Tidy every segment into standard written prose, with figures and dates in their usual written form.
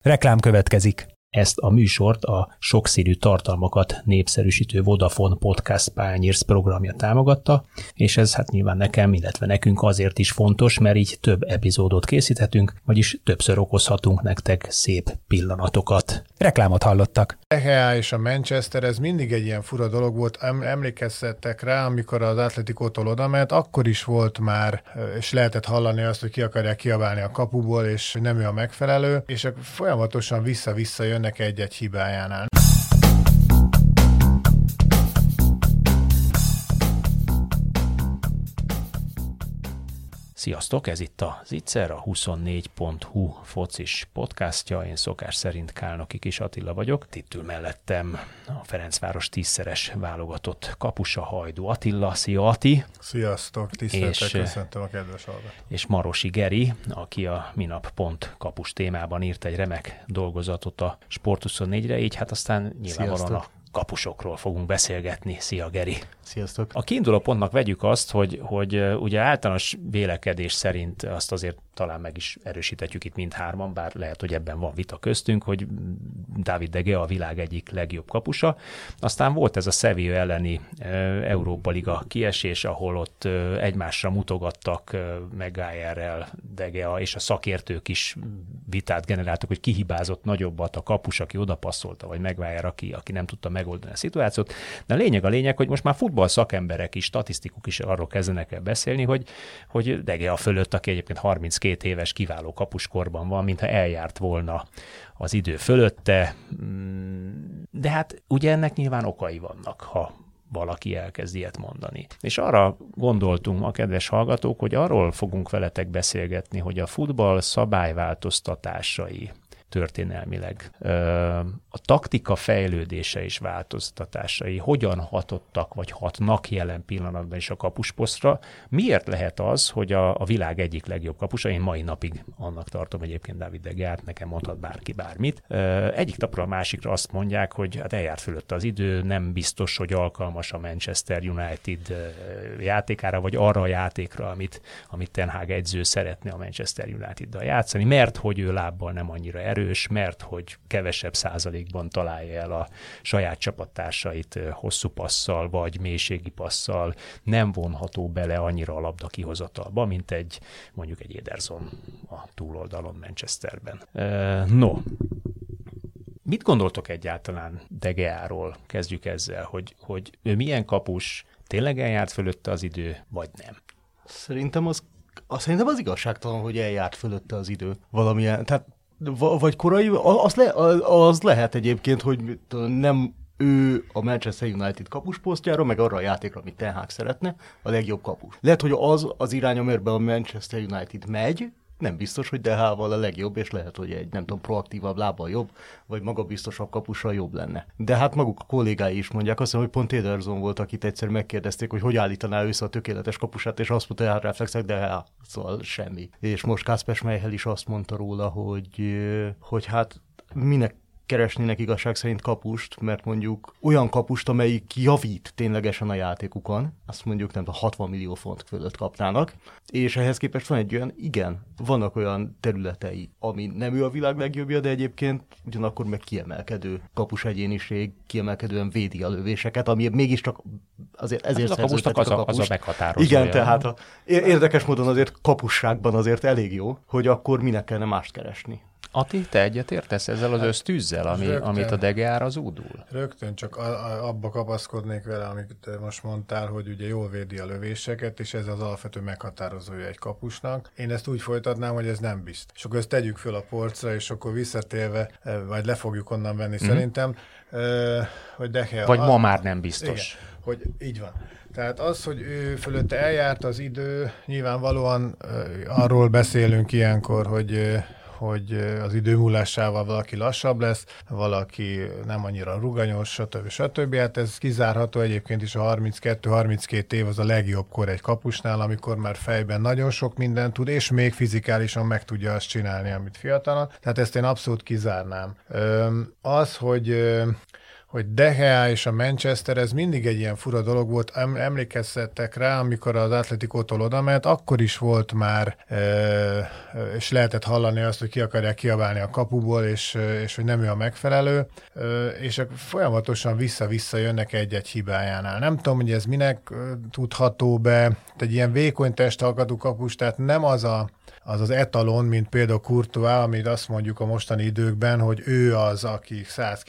Reklám következik. Ezt a műsort a sokszínű tartalmakat népszerűsítő Vodafone Podcast Pioneers programja támogatta, és ez hát nyilván nekem, illetve nekünk azért is fontos, mert így több epizódot készíthetünk, vagyis többször okozhatunk nektek szép pillanatokat. Reklámot hallottak. EHA és a Manchester, ez mindig egy ilyen fura dolog volt. Emlékezzettek rá, amikor az Atleticótól odament, akkor is volt már, és lehetett hallani azt, hogy ki akarják kiabálni a kapuból, és nem ő a megfelelő, és folyamatosan vissza-vissza jönnek egy-egy hibájánál. Sziasztok, ez itt a Zicser, a 24.hu focis podcastja. Én szokás szerint Kálnoki Kis Attila vagyok. Itt ül mellettem a Ferencváros 10-szeres válogatott kapusa, Hajdú Attila. Szia, Ati! Sziasztok, tiszteltek, köszöntöm a kedves hallgatókat. És Marosi Geri, aki a Minap Pont kapus témában írt egy remek dolgozatot a Sport24-re, így hát aztán nyilvánvalóan a kapusokról fogunk beszélgetni. Szia, Geri! Sziasztok! A kiinduló pontnak vegyük azt, hogy ugye általános vélekedés szerint azt azért talán meg is erősíthetjük itt mindhárman, bár lehet, hogy ebben van vita köztünk, hogy David de Gea a világ egyik legjobb kapusa. Aztán volt ez a Sevilla elleni Európa Liga kiesés, ahol ott egymásra mutogattak Maguire-rel de Gea, és a szakértők is vitát generáltak, hogy ki hibázott nagyobbat, a kapus, aki odapasszolta, vagy Maguire, aki nem tudta megoldani a szituációt. De a lényeg, hogy most már futball szakemberek is, statisztikuk is arról kezdenek el beszélni, hogy de Gea fölött, aki egyébként 32 éves kiváló kapuskorban van, mintha eljárt volna az idő fölötte. De hát ugye ennek nyilván okai vannak, ha valaki elkezd ilyet mondani. És arra gondoltunk ma, kedves hallgatók, hogy arról fogunk veletek beszélgetni, hogy a futball szabályváltoztatásai történelmileg, a taktika fejlődése és változtatásai hogyan hatottak, vagy hatnak jelen pillanatban is a kapusposztra. Miért lehet az, hogy a világ egyik legjobb kapusa, én mai napig annak tartom egyébként David de Geát, nekem mondhat bárki bármit, egyik napra a másikra azt mondják, hogy hát eljárt fölött az idő, nem biztos, hogy alkalmas a Manchester United játékára, vagy arra a játékra, amit Ten Hag edző szeretne a Manchester United-dal játszani, mert hogy ő lábbal nem annyira erős, mert hogy kevesebb százalékban találja el a saját csapattársait hosszú passzal, vagy mélységi passzal, nem vonható bele annyira a labda kihozatalba, mint mondjuk egy Ederson a túloldalon Manchesterben. Mit gondoltok egyáltalán de Geáról? Kezdjük ezzel, hogy ő milyen kapus, tényleg eljárt fölötte az idő, vagy nem? Szerintem az igazságtalan, hogy eljárt fölötte az idő valamilyen, tehát vagy korai, az lehet egyébként, hogy nem ő a Manchester United kapusposztjára, meg arra a játékra, amit Ten Hag szeretne, a legjobb kapus. Lehet, hogy az irány, amiben a Manchester United megy, nem biztos, hogy De Gea-val a legjobb, és lehet, hogy egy, nem tudom, proaktívabb lábbal jobb, vagy magabiztosabb kapussal jobb lenne. De hát maguk a kollégái is mondják, azt mondom, hogy pont Ederson volt, akit egyszer megkérdezték, hogy állítaná össze a tökéletes kapusát, és azt mondta, hogy reflexek, De Gea, szóval semmi. És most Kasper Schmeichel is azt mondta róla, hogy hát minek keresnének igazság szerint kapust, mert mondjuk olyan kapust, amelyik javít ténylegesen a játékukon, azt mondjuk nem tudom, 60 millió font fölött kapnának, és ehhez képest van egy olyan, igen, vannak olyan területei, ami nem ő a világ legjobbja, de egyébként ugyanakkor meg kiemelkedő kapus egyéniség, kiemelkedően védi a lövéseket, ami mégiscsak azért ezért hát szerződtetik a kapust. Az a meghatározója. Igen, tehát érdekes módon azért kapusságban azért elég jó, hogy akkor minek kellene mást keresni. Ati, te egyetértesz ezzel az ösztűzzel, amit a de Geára zúdul? Rögtön csak abba kapaszkodnék vele, amit te most mondtál, hogy ugye jól védi a lövéseket, és ez az alapvető meghatározója egy kapusnak. Én ezt úgy folytatnám, hogy ez nem biztos. És akkor ezt tegyük föl a polcra, és akkor visszatérve, vagy le fogjuk onnan venni szerintem, hogy de Gea... Vagy ma már nem biztos. Igen, hogy így van. Tehát az, hogy ő fölötte eljárt az idő, nyilvánvalóan arról beszélünk ilyenkor, hogy az idő múlásával valaki lassabb lesz, valaki nem annyira ruganyos, stb. Hát ez kizárható, egyébként is a 32 év az a legjobb kor egy kapusnál, amikor már fejben nagyon sok mindent tud, és még fizikálisan meg tudja azt csinálni, amit fiatalon. Tehát ezt én abszolút kizárnám. Az, hogy De Gea és a Manchester, ez mindig egy ilyen fura dolog volt. Emlékeztettek rá, amikor az Atleticótól oda ment, akkor is volt már, és lehetett hallani azt, hogy ki akarják kiabálni a kapuból, és hogy nem ő a megfelelő, és folyamatosan vissza-vissza jönnek egy-egy hibájánál. Nem tudom, hogy ez minek tudható be, egy ilyen vékony testalkatú kapus, tehát nem az etalon, mint például Courtois, amit azt mondjuk a mostani időkben, hogy ő az, aki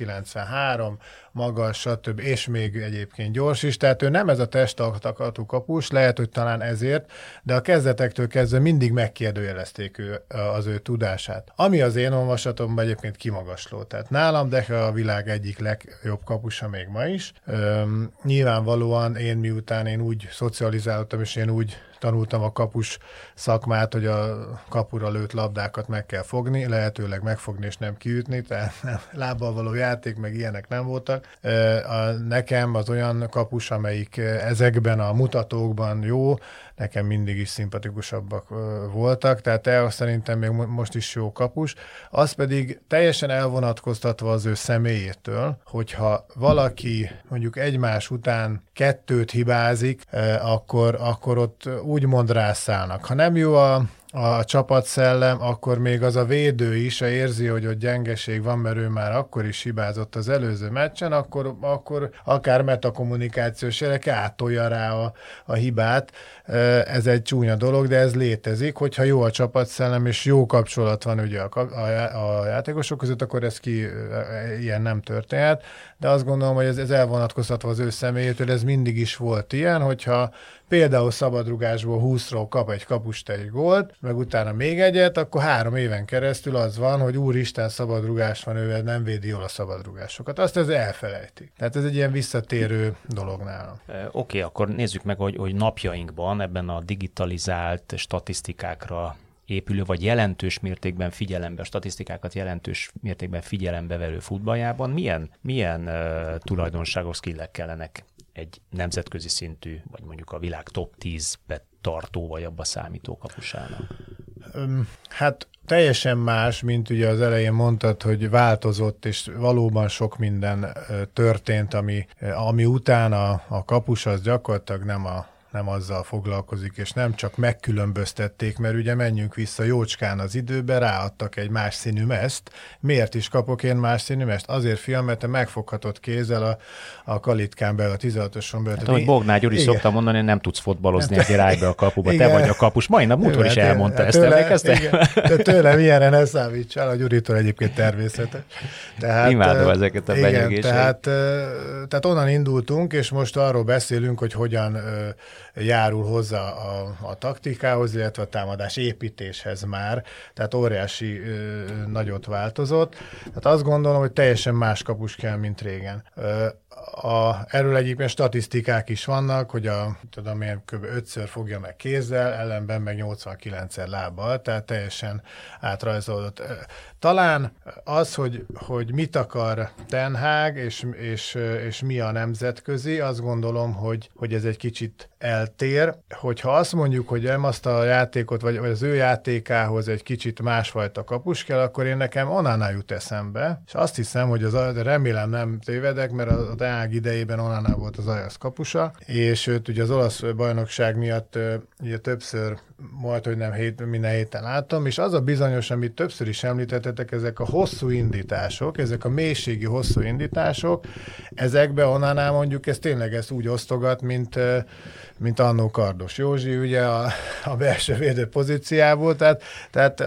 193, magas, stb. És még egyébként gyors is, tehát ő nem ez a testalkatú kapus, lehet, hogy talán ezért, de a kezdetektől kezdve mindig megkérdőjelezték az ő tudását. Ami az én olvasatomban egyébként kimagasló. Tehát nálam De Gea a világ egyik legjobb kapusa még ma is. Nyilvánvalóan miután én úgy szocializáltam, és én úgy tanultam a kapus szakmát, hogy a kapura lőtt labdákat meg kell fogni, lehetőleg megfogni és nem kiütni, tehát lábbal való játék, meg ilyenek nem voltak. Nekem az olyan kapus, amelyik ezekben a mutatókban jó, nekem mindig is szimpatikusabbak voltak, tehát szerintem még most is jó kapus. Az pedig teljesen elvonatkoztatva az ő személyétől, hogyha valaki mondjuk egymás után 2 hibázik, akkor ott úgymond rászállnak. Ha nem jó a csapatszellem, akkor még az a védő is, érzi, hogy ott gyengeség van, mert ő már akkor is hibázott az előző meccsen, akkor akár metakommunikációs jelek átolja rá a hibát. Ez egy csúnya dolog, de ez létezik. Hogyha jó a csapatszellem, és jó kapcsolat van ugye a játékosok között, akkor ez ilyen nem történhet. De azt gondolom, hogy ez elvonatkoztatva az ő személyétől, ez mindig is volt ilyen, hogyha például szabadrugásból 20-ról kap egy kapust egy gólt, meg utána még egyet, akkor 3 éven keresztül az van, hogy úristen, szabadrugás van, ő nem védi jól a szabadrugásokat. Azt ez elfelejtik. Tehát ez egy ilyen visszatérő dolog nálam. Oké, akkor nézzük meg, hogy napjainkban ebben a digitalizált statisztikákra épülő, vagy jelentős mértékben statisztikákat jelentős mértékben figyelembe velő futballjában milyen tulajdonságok, skillek kellenek egy nemzetközi szintű, vagy mondjuk a világ top 10-be tartó, vagy abba számító kapusának? Hát teljesen más, mint ugye az elején mondtad, hogy változott, és valóban sok minden történt, ami után a kapus az gyakorlatilag nem azzal foglalkozik, és nem csak megkülönböztették, mert ugye menjünk vissza jócskán az időbe, ráadtak egy más színű meszt. Miért is kapok én más színű mest? Azért, fiam, mert te megfoghatod kézzel a kalitkán belül, a 16-oson belül. Hát, ahogy Bognár Gyuri szokta mondani, hogy nem tudsz fotbalozni, ezért állj be a kapuba, te vagy a kapus. Mai nap múltkor is elmondta ezt, emlékeztek? Tőlem ilyenre ne számítsál, a Gyuritól egyébként természetes. Imádom ezeket a benyegéseket. Tehát onnan indultunk, és most arról beszélünk, hogy hogyan járul hozzá a taktikához, illetve a támadás építéshez már, tehát óriási nagyot változott. Tehát azt gondolom, hogy teljesen más kapus kell, mint régen. Erről egyébként statisztikák is vannak, hogy kb. 5-ször fogja meg kézzel, ellenben meg 89-szer lábbal, tehát teljesen átrajzolódott. Talán az, hogy mit akar Ten Hag, és mi a nemzetközi, azt gondolom, hogy ez egy kicsit eltér. Hogyha azt mondjuk, hogy nem azt a játékot, vagy az ő játékához egy kicsit másfajta kapus kell, akkor nekem Onana jut eszembe, és azt hiszem, hogy remélem nem tévedek, mert a Ten Hag idejében Onana volt az Ajax kapusa, és őt ugye az olasz bajnokság miatt ugye többször majd, hogy nem minden héten láttam, és az a bizonyos, amit többször is említettetek, ezek a hosszú indítások, ezek a mélységi hosszú indítások, ezekbe Onana mondjuk ezt tényleg úgy osztogat, mint annó Kardos Józsi, ugye a belső védő pozíciából, tehát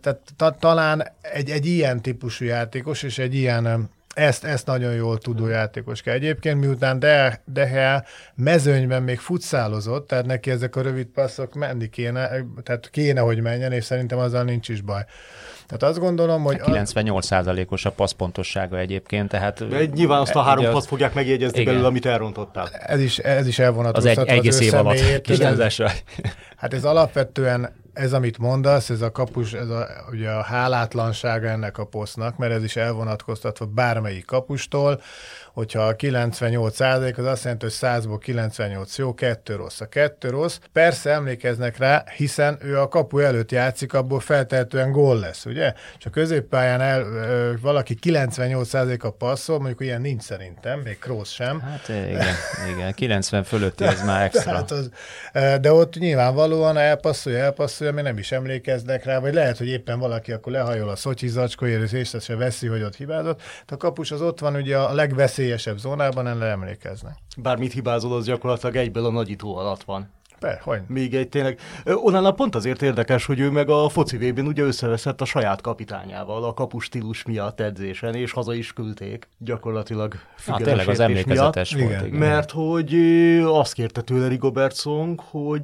talán egy ilyen típusú játékos, és egy ilyen ezt nagyon jól tudó játékos kell. Egyébként miután De Gea mezőnyben még futszálozott, tehát neki ezek a rövid passzok menni kéne, tehát kéne, hogy menjen, és szerintem azzal nincs is baj. Tehát azt gondolom, hogy... 98%-os a passzpontossága egyébként, tehát... Nyilván azt a 3 paszt fogják megjegyezni belőle, amit elrontottál. Ez is elvonatkoztatva az egész év alatt. Hát ez alapvetően ez, amit mondasz, ez a kapus, ugye a hálátlansága ennek a posztnak, mert ez is elvonatkoztatva bármelyik kapustól, hogyha a 98% az azt jelenti, hogy 100-ból 98 jó, 2 rossz. A 2 rossz, persze emlékeznek rá, hiszen ő a kapu előtt játszik, abból feltehetően gól lesz, ugye? És a középpályán valaki 98%-a passzol, mondjuk ilyen nincs szerintem, még Kroos sem. Hát igen, 90 fölötti ez már extra. De ott nyilvánvalóan elpasszolja, még nem is emlékeznek rá, vagy lehet, hogy éppen valaki akkor lehajol a Szotyi zacskóért, és észre se veszi, hogy ott hibázott. De a kapus az ott van ugye a legveszélyesebb zónában, erre emlékeznek. Bármit hibázol, az gyakorlatilag egyből a nagyító alatt van. Hogy? Még egy tényleg. Onnan pont azért érdekes, hogy ő meg a foci VB-n ugye összeveszett a saját kapitányával a kapus stílus miatt edzésen, és haza is küldték gyakorlatilag tényleg az emlékezetes miatt, volt. Igen. Mert hogy azt kérte tőle Rigobertsson, hogy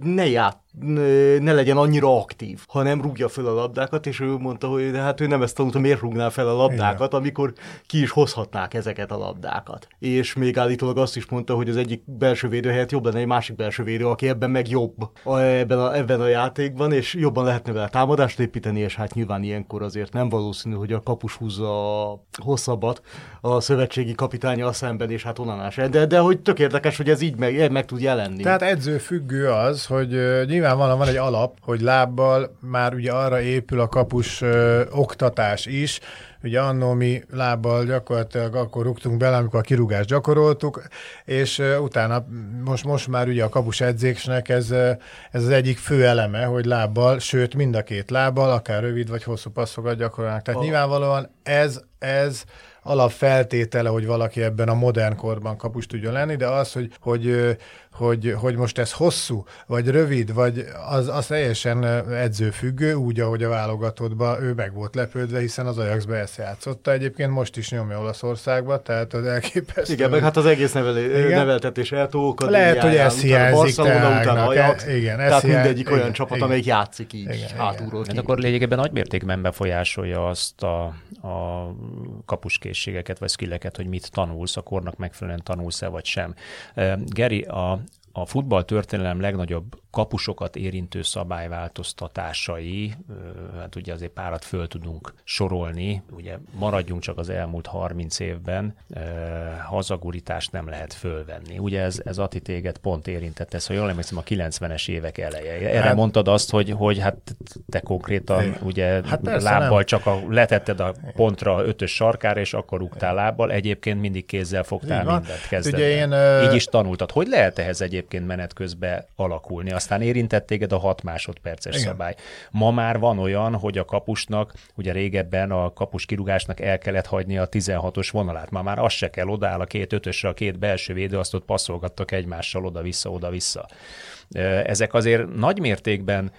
ne legyen annyira aktív, hanem rúgja fel a labdákat, és ő mondta, hogy hát ő nem ezt tanulta, miért rúgná fel a labdákat, igen, amikor ki is hozhatnák ezeket a labdákat. És még állítólag azt is mondta, hogy az egyik belső védő helyett jobb lenne egy másik belső védő, aki ebben meg jobb ebben a játékban, és jobban lehetne vele támadást építeni, és hát nyilván ilyenkor azért nem valószínű, hogy a kapus húzza a hosszabbat a szövetségi kapitánnyal szemben, és hát onnan se. De hogy tök érdekes, hogy ez így meg tud jelenni. Tehát edzőfüggő az, hogy nyilvánvalóan van egy alap, hogy lábbal már ugye arra épül a kapus oktatás is. Ugye annó mi lábbal gyakorlatilag akkor rúgtunk bele, amikor a kirúgást gyakoroltuk, és utána most már ugye a kapus edzésnek ez az egyik fő eleme, hogy lábbal, sőt mind a két lábbal, akár rövid vagy hosszú passzokat gyakorolnak. Tehát nyilvánvalóan ez alapfeltétele, hogy valaki ebben a modern korban kapus tudjon lenni, de az, hogy most ez hosszú, vagy rövid, vagy az teljesen edzőfüggő, úgy, ahogy a válogatottban ő meg volt lepődve, hiszen az Ajaxbe ezt játszotta. Egyébként most is nyomja Olaszországba, tehát az elképesztő. Igen, meg hát az egész neveltetés eltók. Lehet, hogy ez hiányzik. Tehát mindegyik olyan csapat, amelyik játszik így hátulról. Hát akkor lényegében nagymértékben befolyásolja azt a kapuskészségeket, vagy skilleket, hogy mit tanulsz, a kornak megfelelően tanulsz-e, vagy sem. Geri, a futballtörténelem legnagyobb kapusokat érintő szabályváltoztatásai, hát ugye azért párat föl tudunk sorolni, ugye maradjunk csak az elmúlt 30 évben, hazagurítást nem lehet fölvenni. Ugye ez Ati téged pont érintett, ez, ha jól emlékszem, a 90-es évek eleje. Erre mondtad azt, hogy hát te konkrétan ugye lábbal nem. Csak letetted a pontra 5-ös sarkára, és akkor rúgtál lábbal, egyébként mindig kézzel fogtál mindent kezdetben. Így is tanultad. Hogy lehet ehhez egyébként menet közben alakulni? Aztán érintett téged a 6 másodperces szabály. Ma már van olyan, hogy a kapusnak, ugye régebben a kapus kirúgásnak el kellett hagyni a 16-os vonalát. Már az se kell, odaáll a 2 5-ösre, a 2 belső védő, azt ott passzolgattak egymással oda-vissza. Ezek azért nagy mértékben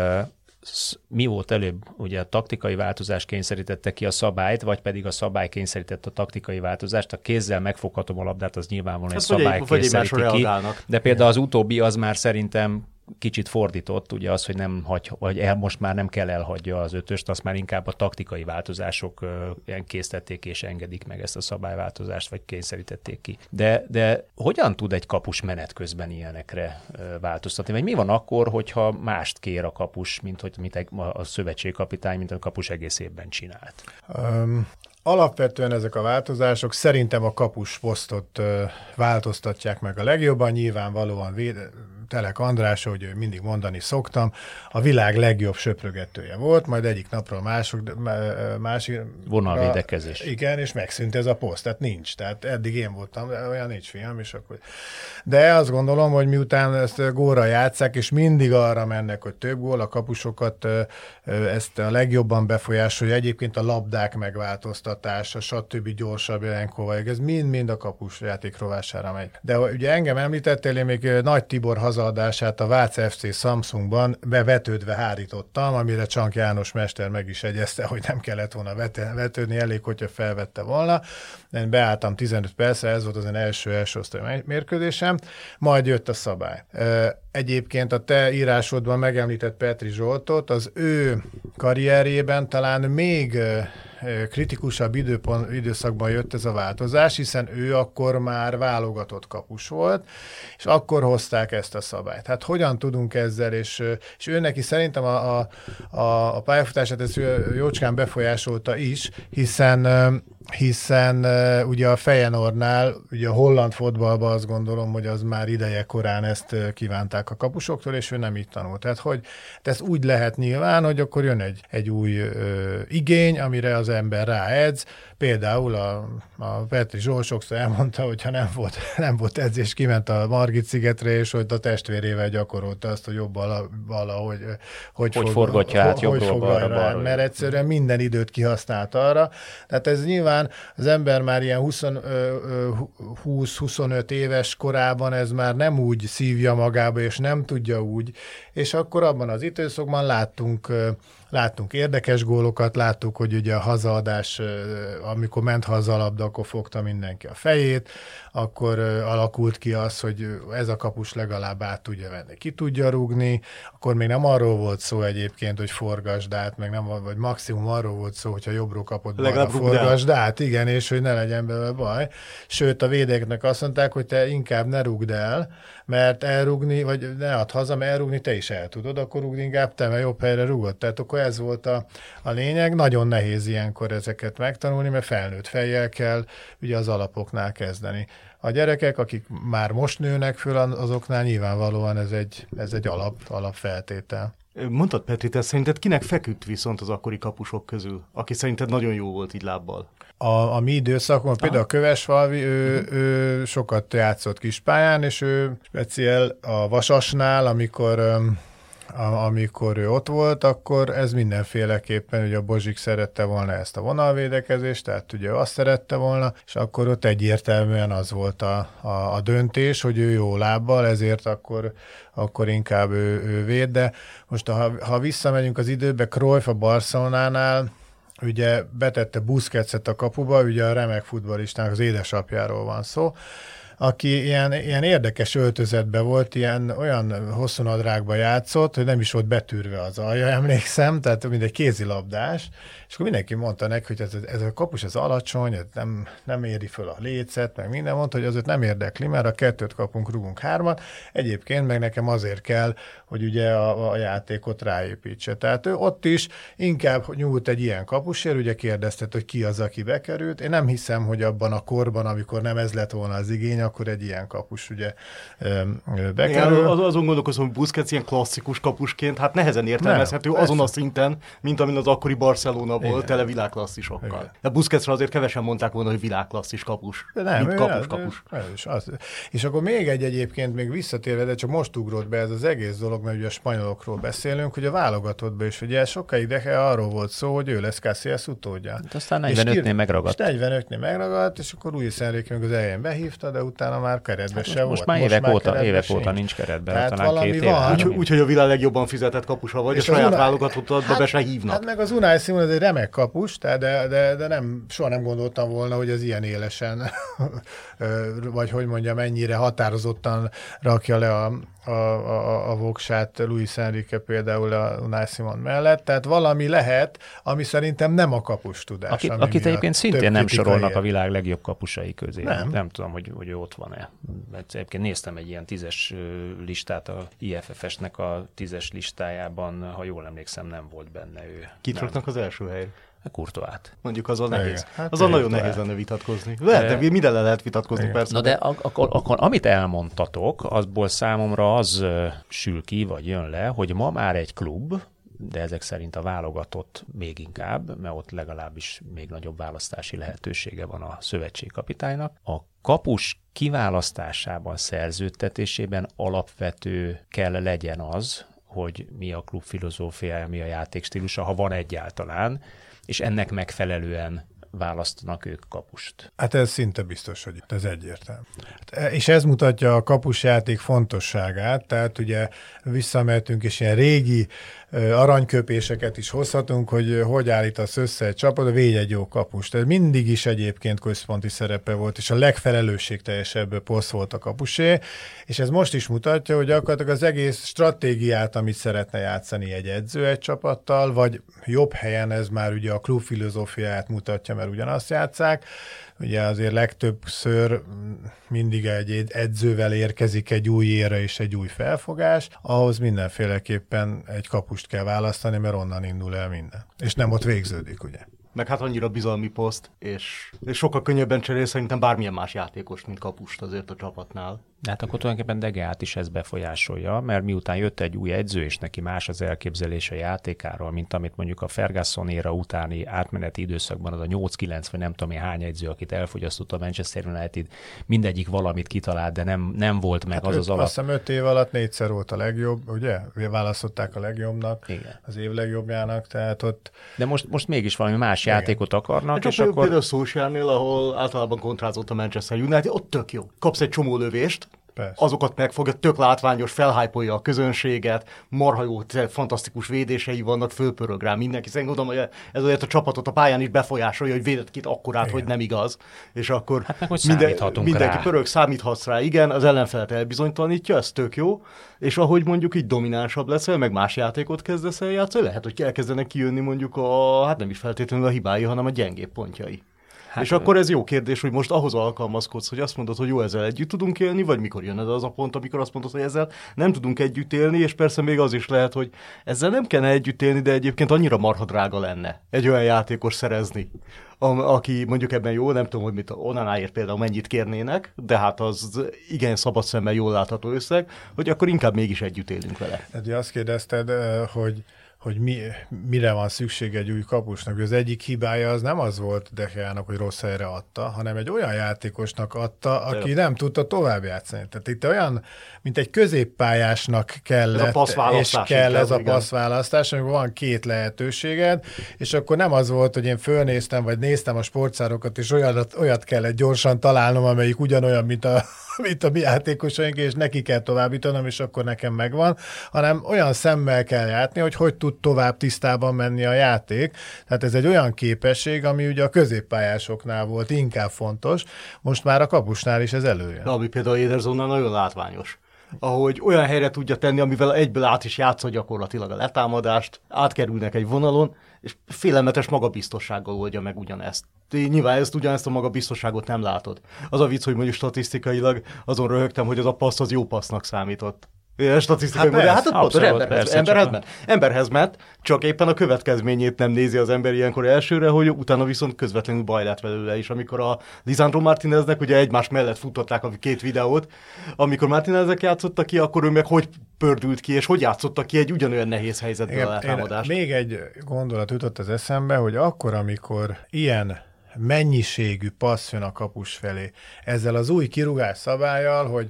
mi volt előbb? Ugye a taktikai változás kényszerítette ki a szabályt, vagy pedig a szabály kényszerítette a taktikai változást. A kézzel megfoghatom a labdát, az nyilvánvalóan egy szabály kényszeríti ki. De például az utóbbi az már szerintem kicsit fordított, ugye az, hogy most már nem kell elhagyja az 5-öst, azt már inkább a taktikai változások készítették és engedik meg ezt a szabályváltozást, vagy kényszerítették ki. De hogyan tud egy kapus menet közben ilyenekre változtatni? Vagy mi van akkor, hogyha mást kér a kapus, mint a szövetségkapitány, mint a kapus egész évben csinált? Alapvetően ezek a változások szerintem a kapus posztot változtatják meg a legjobban, nyilvánvalóan Telek András, hogy mindig mondani szoktam, a világ legjobb söprögetője volt, majd egyik napról másik vonalvédekezés. Igen, és megszűnt ez a poszt, tehát nincs. Tehát eddig én voltam, olyan nincs fiam, és akkor... De azt gondolom, hogy miután ezt gólra játsszák, és mindig arra mennek, hogy több gól, a kapusokat ezt a legjobban befolyásolja, egyébként a labdák megváltoztatása, stb. Gyorsabb jelenkóval, ez mind a kapus játék rovására megy. De ugye engem említettél, én még Nagy Tibor hazaadását a Váci FC Samsungban bevetődve hárítottam, amire Csank János mester meg is egyezte, hogy nem kellett volna vetődni, elég, hogyha felvette volna. Én beálltam 15 percre, ez volt az én első osztály mérkőzésem, majd jött a szabály. Egyébként a te írásodban megemlített Petri Zsoltot, az ő karrierjében talán még kritikusabb időszakban jött ez a változás, hiszen ő akkor már válogatott kapus volt, és akkor hozták ezt a szabályt. Hát hogyan tudunk ezzel, és ő neki szerintem a pályafutását ezt jócskán befolyásolta is, hiszen ugye a Feyenoordnál, ugye a holland fotballban azt gondolom, hogy az már ideje korán ezt kívánták a kapusoktól, és ő nem így tanult. Tehát, hogy ez úgy lehet nyilván, hogy akkor jön egy új igény, amire az ember ráedz. Például a Petri Zsolt sokszor elmondta, hogy ha nem volt edzés, kiment a Margit-szigetre, és hogy a testvérével gyakorolta azt, hogy jobb valahogy hogy forgatja át jobbról balra. Mert egyszerűen minden időt kihasznált arra. Tehát ez nyilván az ember már ilyen 20-25 éves korában ez már nem úgy szívja magába, és nem tudja úgy, és akkor abban az időszakban láttunk érdekes gólokat, láttuk, hogy ugye a hazaadás, amikor ment haza a labda, akkor fogta mindenki a fejét, akkor alakult ki az, hogy ez a kapus legalább át tudja venni, ki tudja rúgni, akkor még nem arról volt szó egyébként, hogy forgasd át, meg nem, vagy maximum arról volt szó, hogyha jobbról kapott balra, forgasd át, igen, és hogy ne legyen belőle baj. Sőt, a védeknek azt mondták, hogy te inkább ne rúgd el, mert elrúgni, vagy ne add haza, mert elrúgni te is el tudod, akkor rúgd inkább te, mert jobb helyre rúgod. Tehát akkor ez volt a lényeg. Nagyon nehéz ilyenkor ezeket megtanulni, mert felnőtt fejjel kell ugye az alapoknál kezdeni. A gyerekek, akik már most nőnek föl, azoknál nyilvánvalóan ez egy alapfeltétel. Mondtad, Petri, te szerinted kinek feküdt viszont az akkori kapusok közül, aki szerinted nagyon jó volt így lábbal? A mi időszakon, például a Kövesfalvi, ő sokat játszott kispályán, és ő speciál a Vasasnál, amikor ő ott volt, akkor ez mindenféleképpen, ugye a Bozsik szerette volna ezt a vonalvédekezést, tehát ugye azt szerette volna, és akkor ott egyértelműen az volt a döntés, hogy ő jó lábbal, ezért akkor inkább ő véd, de most ha visszamegyünk az időbe, Cruyff a Barcelonánál, ugye betette Busquetset a kapuba, ugye a remek futballistának az édesapjáról van szó, aki ilyen érdekes öltözetben volt, olyan hosszú nadrágba játszott, hogy nem is volt betűrve az alja, emlékszem, tehát mint egy kézilabdás, és akkor mindenki mondta neki, hogy ez a kapus az alacsony, nem éri föl a lécet, meg minden, mondta, hogy azért nem érdekli, mert a 2 kapunk, rúgunk 3, egyébként meg nekem azért kell, hogy ugye a játékot ráépítse. Tehát ő ott is inkább nyújt egy ilyen kapusért, ugye kérdezted, hogy ki az, aki bekerült. Én nem hiszem, hogy abban a korban, amikor nem ez lett volna az igény, akkor egy ilyen kapus ugye bekerül. Igen, azon gondolkozom, hogy Busquets ilyen klasszikus kapusként, hát nehezen értelmezhető azon a szinten, mint amin az akkori Barcelona volt, tele világklasszisokkal. De Busquetsre azért kevesen mondták volna, hogy világklasszis kapus, mint kapus. És akkor még egyébként még visszatérve, de csak most ugrott be ez az egész dolog, mert ugye a spanyolokról beszélünk, hogy a válogatottban is ugye sokáig arról volt szó, hogy ő lesz Casillas utódja. De aztán 45-nél megragadt. És 45-nél megragadt, és akkor Luis Enrique meg az elején behívta, de utána már keretbe se volt. Most már évek óta nincs keretben. Tehát valami van. Úgyhogy a világ legjobban fizetett kapusa vagy, és a saját válogatottadba be se hívnak. Hát meg az Unai Simon egy remek kapus, de soha nem gondoltam volna, hogy az ilyen élesen, vagy hogy mondjam, ennyire határozottan rakja le a voksát Luis Enrique például a Unai Simon mellett, tehát valami lehet, ami szerintem nem a kapus tudás. Akit egyébként szintén nem sorolnak a világ legjobb kapusai közé. Nem tudom, hogy ő ott van-e. Mert egyébként néztem egy ilyen 10-es listát a IFFS-nek a 10-es listájában, ha jól emlékszem, nem volt benne ő. Kit raknak az első helyre? Courtois-t. Mondjuk azzal nehéz. Hát azzal nagyon nehéz lenne vitatkozni. Lehet, de minden lehet vitatkozni, persze. Na de akkor amit elmondtatok, azból számomra az sül ki, vagy jön le, hogy ma már egy klub, de ezek szerint a válogatott még inkább, mert ott legalábbis még nagyobb választási lehetősége van a szövetségkapitánynak. A kapus kiválasztásában, szerződtetésében alapvető kell legyen az, hogy mi a klub filozófiája, mi a játékstílusa, ha van egyáltalán, és ennek megfelelően választanak ők kapust. Hát ez szinte biztos, hogy ez egyértelmű. És ez mutatja a kapusjáték fontosságát, tehát ugye visszamehetünk, és ilyen régi aranyköpéseket is hozhatunk, hogy állítasz össze egy csapat, védj egy jó kapust. Ez mindig is egyébként központi szerepe volt, és a legfelelősségteljesebb poszt volt a kapusé, és ez most is mutatja, hogy gyakorlatilag az egész stratégiát, amit szeretne játszani egy edző egy csapattal, vagy jobb helyen ez már ugye a klub filozófiáját mutatja, mert ugyanazt játsszák. Ugye azért legtöbbször mindig egy edzővel érkezik egy új éra és egy új felfogás, ahhoz mindenféleképpen egy kapust kell választani, mert onnan indul el minden. És nem ott végződik, ugye? Meg hát annyira bizalmi poszt, és sokkal könnyebben cserél szerintem bármilyen más játékos, mint kapust azért a csapatnál. Hát akkor tulajdonképpen Degeát is ez befolyásolja, mert miután jött egy új edző, és neki más az elképzelése játékáról, mint amit mondjuk a Ferguson éra utáni átmeneti időszakban az a 8-9, vagy nem tudom én hány edző, akit elfogyasztott a Manchester United, mindegyik valamit kitalált, de nem volt meg az alap. Azt hiszem 5 év alatt 4-szer volt a legjobb, ugye? Választották a legjobbnak, igen. Az év legjobbjának, tehát ott... De most mégis valami más játékot akarnak, és akkor... Például Solskjaernél, ahol általában kontrázott a Manchester United, ott tök jó. Kapsz egy csomó lövést, persze. Azokat megfogja, tök látványos, felhájpolja a közönséget, marha jó, fantasztikus védései vannak, fölpörög rá mindenki. Szerintem gondolom, hogy ez azért a csapatot a pályán is befolyásolja, hogy védett két akkorát, igen. Hogy nem igaz. És akkor hát meg, mindenki rá. Pörög, számíthatsz rá, igen, az ellenfelet elbizonytalanítja, ez tök jó. És ahogy mondjuk így dominánsabb leszel, meg más játékot kezdesz el játszani, lehet, hogy elkezdenek kijönni mondjuk hát nem is feltétlenül a hibái, hanem a gyengébb pontjai. Hát és akkor ez jó kérdés, hogy most ahhoz alkalmazkodsz, hogy azt mondod, hogy jó, ezzel együtt tudunk élni, vagy mikor jön ez az a pont, amikor azt mondod, hogy ezzel nem tudunk együtt élni, és persze még az is lehet, hogy ezzel nem kellene együtt élni, de egyébként annyira marha drága lenne egy olyan játékos szerezni, aki mondjuk ebben jó, nem tudom, hogy mit Onanáért például mennyit kérnének, de hát az igen szabad szemmel jól látható összeg, hogy akkor inkább mégis együtt élünk vele. Hát azt kérdezted, hogy mire van szükség egy új kapusnak. Az egyik hibája az nem az volt Degeának, hogy rossz helyre adta, hanem egy olyan játékosnak adta, aki nem tudta tovább játszani. Tehát itt olyan, mint egy középpályásnak kellett, és kell ez a passzválasztás, amikor van két lehetőséged, és akkor nem az volt, hogy én fölnéztem, vagy néztem a sportszárokat, és olyat kellett gyorsan találnom, amelyik ugyanolyan, mint a mi játékosaink, és neki kell továbbítanom, és akkor nekem megvan, hanem olyan szemmel kell játni, hogy tud tovább tisztában menni a játék. Tehát ez egy olyan képesség, ami ugye a középpályásoknál volt inkább fontos, most már a kapusnál is ez előjön. De ami például Edersonnál nagyon látványos. Ahogy olyan helyre tudja tenni, amivel egyből át is játszol gyakorlatilag a letámadást, átkerülnek egy vonalon, és félelmetes magabiztossággal oldja meg ugyanezt. Nyilván ugyanezt a magabiztosságot nem látod. Az a vicc, hogy mondjuk statisztikailag azon röhögtem, hogy az a passz az jó passznak számított. Statisztikai emberhez ment, csak éppen a következményét nem nézi az ember ilyenkor elsőre, hogy utána viszont közvetlenül baj lett belőle is. Amikor a Lisandro Martineznek ugye egymás mellett futották a két videót, amikor Martineznek játszottak ki, akkor ő meg hogy pördült ki, és hogy játszottak ki egy ugyanolyan nehéz helyzetből a támadást. Még egy gondolat jutott az eszembe, hogy akkor, amikor ilyen mennyiségű passz jön a kapus felé, ezzel az új kirúgás szabállyal, hogy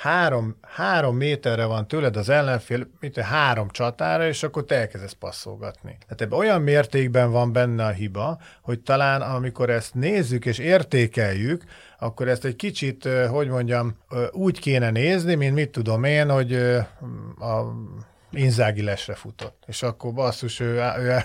3 méterre van tőled az ellenfél, mint 3 csatára, és akkor te elkezdesz passzolgatni. Tehát ebben olyan mértékben van benne a hiba, hogy talán amikor ezt nézzük és értékeljük, akkor ezt egy kicsit, hogy mondjam, úgy kéne nézni, mint mit tudom én, hogy a Inzaghi lesre futott. És akkor basszus, ő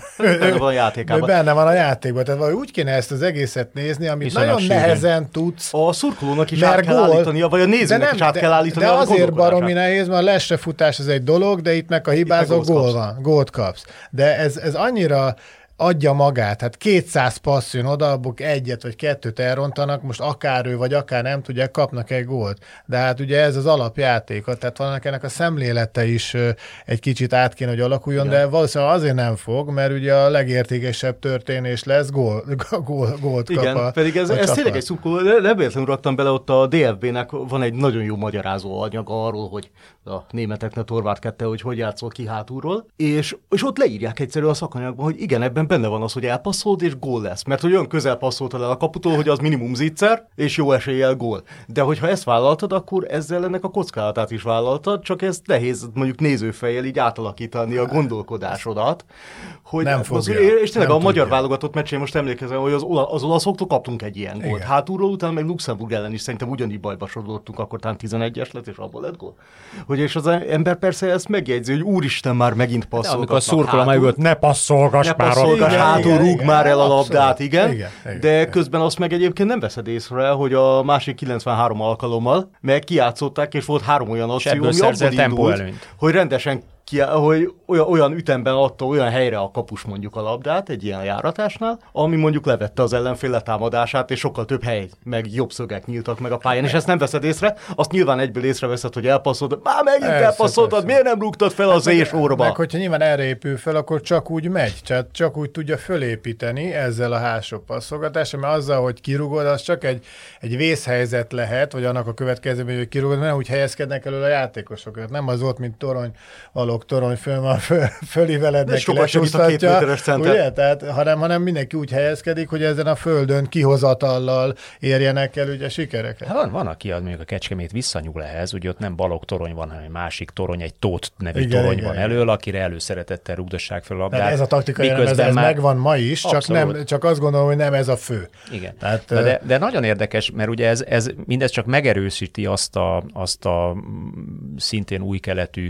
benne van a játékban. Tehát úgy kéne ezt az egészet nézni, amit viszonylag nagyon nehezen tudsz. A szurkolónak is át kell állítania, vagy a nézőnek is át kell állítania. De azért baromi nehéz, mert a lesre futás az egy dolog, de itt meg a hibázó gólt kapsz. De ez annyira adja magát, hát 200 passz jön oda, abból 1 vagy 2 elrontanak, most akár ő, vagy akár nem tudják, kapnak egy gólt. De hát ugye ez az alapjátéka, tehát vannak ennek a szemlélete is egy kicsit át kéne, hogy alakuljon, igen. De valószínűleg azért nem fog, mert ugye a legértékesebb történés lesz, gólt igen, kap pedig ez tényleg egy szurkoló, nem véletlenül raktam bele, ott a DFB-nek van egy nagyon jó magyarázó anyaga arról, hogy a németeknek Torvald 2, hogy játszol ki hátulról, és ott leírják egyszerűen a szakanyagban, hogy igen, ebben egyszerűen benne van az, hogy elpasszolod, és gól lesz. Mert hogy olyan közel passzoltad el a kaputól, hogy az minimum zicser, és jó eséllyel gól. De hogyha ezt vállaltad, akkor ezzel ennek a kockázatát is vállaltad, csak ez nehéz mondjuk nézőfejjel így átalakítani a gondolkodásodat. Hogy nem fogja. És tényleg a magyar válogatott meccsén most emlékezem, hogy az olaszoktól kaptunk egy ilyen gólt. Hátulról utána meg Luxemburg ellen is szerintem ugyanígy bajba sodortunk, akkor talán 11-es lett, és abból lett gól. Hogy és az ember persze ezt megjegyzi, hogy úristen, már megint passzolgatnak. Amikor szurkolom mögött, ne passzolgass hátul, rúg már el a labdát, abszolút. igen. De közben azt meg egyébként nem veszed észre, hogy a másik 93 alkalommal meg kijátszották, és volt 3 olyan akció, ami abból indult, hogy rendesen hogy olyan ütemben adta olyan helyre a kapus mondjuk a labdát egy ilyen járatásnál, ami mondjuk levette az ellenfél letámadását, és sokkal több hely, meg jobb szögek nyíltak meg a pályán, és ezt nem veszed észre, azt nyilván egyből észreveszed, hogy elpasszoltad, már megint elpasszoltad, miért nem rúgtad fel az sorba? Meg hogyha nyilván erre épül fel, akkor csak úgy megy, csak úgy tudja fölépíteni ezzel a hátsó passzolgatással, mert azzal, hogy kirúgod, az csak egy vészhelyzet lehet, vagy annak a következőben, hogy kirúgod, mert nem úgy helyezkednek elől a játékosok. Nem az volt, mint torony föl van fölíveled neki lecsúsztatja, ugye? Tehát, hanem mindenki úgy helyezkedik, hogy ezen a földön kihozatallal érjenek el ugye sikereket. Hát van, aki mondjuk a Kecskemét visszanyúl ehhez, ugye ott nem Balogh torony van, hanem egy másik torony, egy Tóth nevű torony van elől, akire előszeretettel rúgdosság fel a labdát. Tehát ez a taktikai ez megvan ma is, csak azt gondolom, hogy nem ez a fő. Igen. Tehát, de nagyon érdekes, mert ugye mindez csak megerősíti azt a szintén új keletű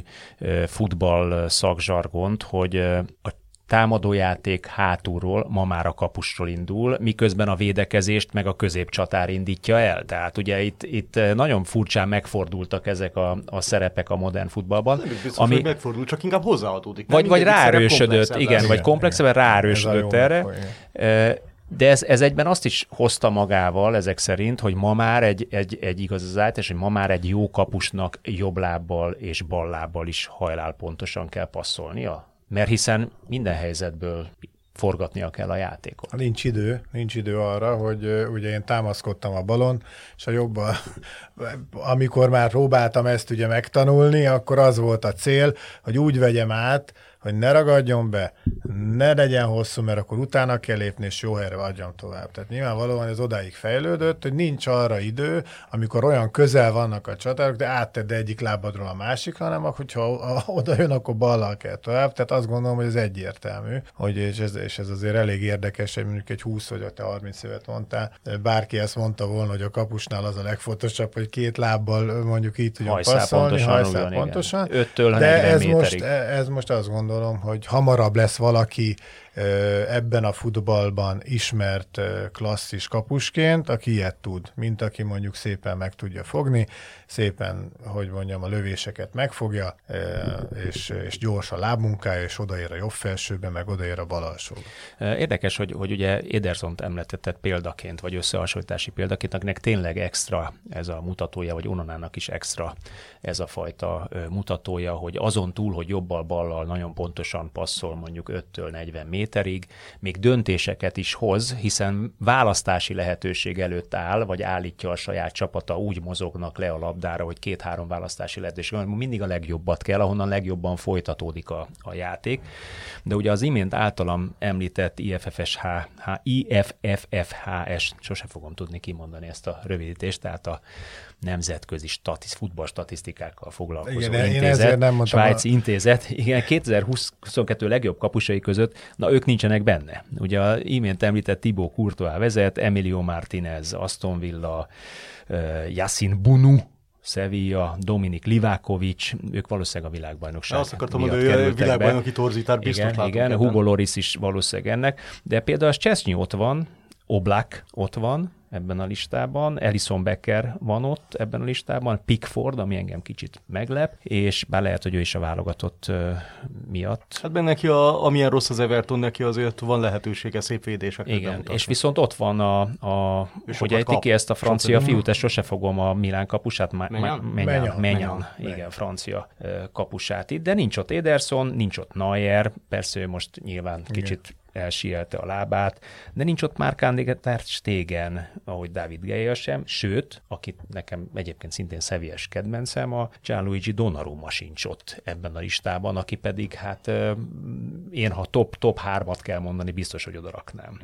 futball szakzsargont, hogy a támadójáték hátulról ma már a kapusról indul, miközben a védekezést meg a középcsatár indítja el. Tehát ugye itt nagyon furcsán megfordultak ezek a szerepek a modern futballban. Nem biztos, hogy megfordul, csak inkább hozzáadódik. Vagy ráerősödött, igen, vagy komplexebben ráerősödött erre. De ez egyben azt is hozta magával ezek szerint, hogy ma már egy igaz az állítás, hogy ma már egy jó kapusnak jobb lábbal és bal lábbal is hajlálpontosan kell passzolnia. Mert hiszen minden helyzetből forgatnia kell a játékot. Nincs idő arra, hogy ugye én támaszkodtam a balon, és a jobban, amikor már próbáltam ezt ugye megtanulni, akkor az volt a cél, hogy úgy vegyem át, hogy ne ragadjon be, ne legyen hosszú, mert akkor utána kell lépni, és jó helyre adjam tovább. Tehát nyilvánvalóan ez odáig fejlődött, hogy nincs arra idő, amikor olyan közel vannak a csatárok, de áttedd egyik lábadról a másikra, hanem hogyha oda jön, akkor ballal kell tovább. Tehát azt gondolom, hogy ez egyértelmű, és ez azért elég érdekes, hogy mondjuk egy 20 vagy te 30 évet mondtál, bárki ezt mondta volna, hogy a kapusnál az a legfontosabb, hogy 2 lábbal mondjuk így tudjon passzolni, hajszál pontosan. 5-től 40 méterig. Ez most azt gondolom, hogy hamarabb lesz valaki ebben a futballban ismert klasszis kapusként, aki ilyet tud, mint aki mondjuk szépen meg tudja fogni, szépen, hogy mondjam, a lövéseket megfogja, és gyors a lábmunkája, és odaér a jobb felsőbe, meg odaér a bal alsóba. Érdekes, hogy ugye Edersont említetted példaként, vagy összehasonlítási példaként, akinek tényleg extra ez a mutatója, vagy Onanának is extra ez a fajta mutatója, hogy azon túl, hogy jobbal-ballal nagyon pontosan passzol mondjuk 5-től 40 méterig, még döntéseket is hoz, hiszen választási lehetőség előtt áll, vagy állítja a saját csapata, úgy mozognak le a labdára, hogy 2-3 választási lehetőség van, mindig a legjobbat kell, ahonnan legjobban folytatódik a játék. De ugye az imént általam említett IFFFHS, sose fogom tudni kimondani ezt a rövidítést, tehát a nemzetközi futball statisztikákkal foglalkozó intézet, svájci intézet, igen, 2022 legjobb kapusai között, na ők nincsenek benne. Ugye az imént említett Thibaut Courtois vezet, Emilio Martinez, Aston Villa, Yasin Bunu, Sevilla, Dominik Livakovic, ők valószínűleg a világbajnokság azt akartam mondani, hogy a világbajnoki torzítát biztos látunk. Igen, Hugo Lloris is valószínűleg ennek, de például a Szczesny ott van, Oblak ott van ebben a listában, Alisson Becker van ott ebben a listában, Pickford, ami engem kicsit meglep, és bár lehet, hogy ő is a válogatott miatt. Hát benne neki, amilyen rossz az Everton, neki azért van lehetősége szép védésekre. Igen, és viszont ott van hogy ejti ki ezt a francia fiút, ezt sose fogom a Milán kapusát, Maignan, igen, francia kapusát itt, de nincs ott Ederson, nincs ott Neuer, persze ő most nyilván kicsit elsielte a lábát, de nincs ott már Ter Stegen, ahogy David Gea sem, sőt, akit nekem egyébként szintén személyes kedvencem, a Gianluigi Donnarumma sincs ott ebben a listában, aki pedig hát én ha top 3-at kell mondani, biztos, hogy oda raknám.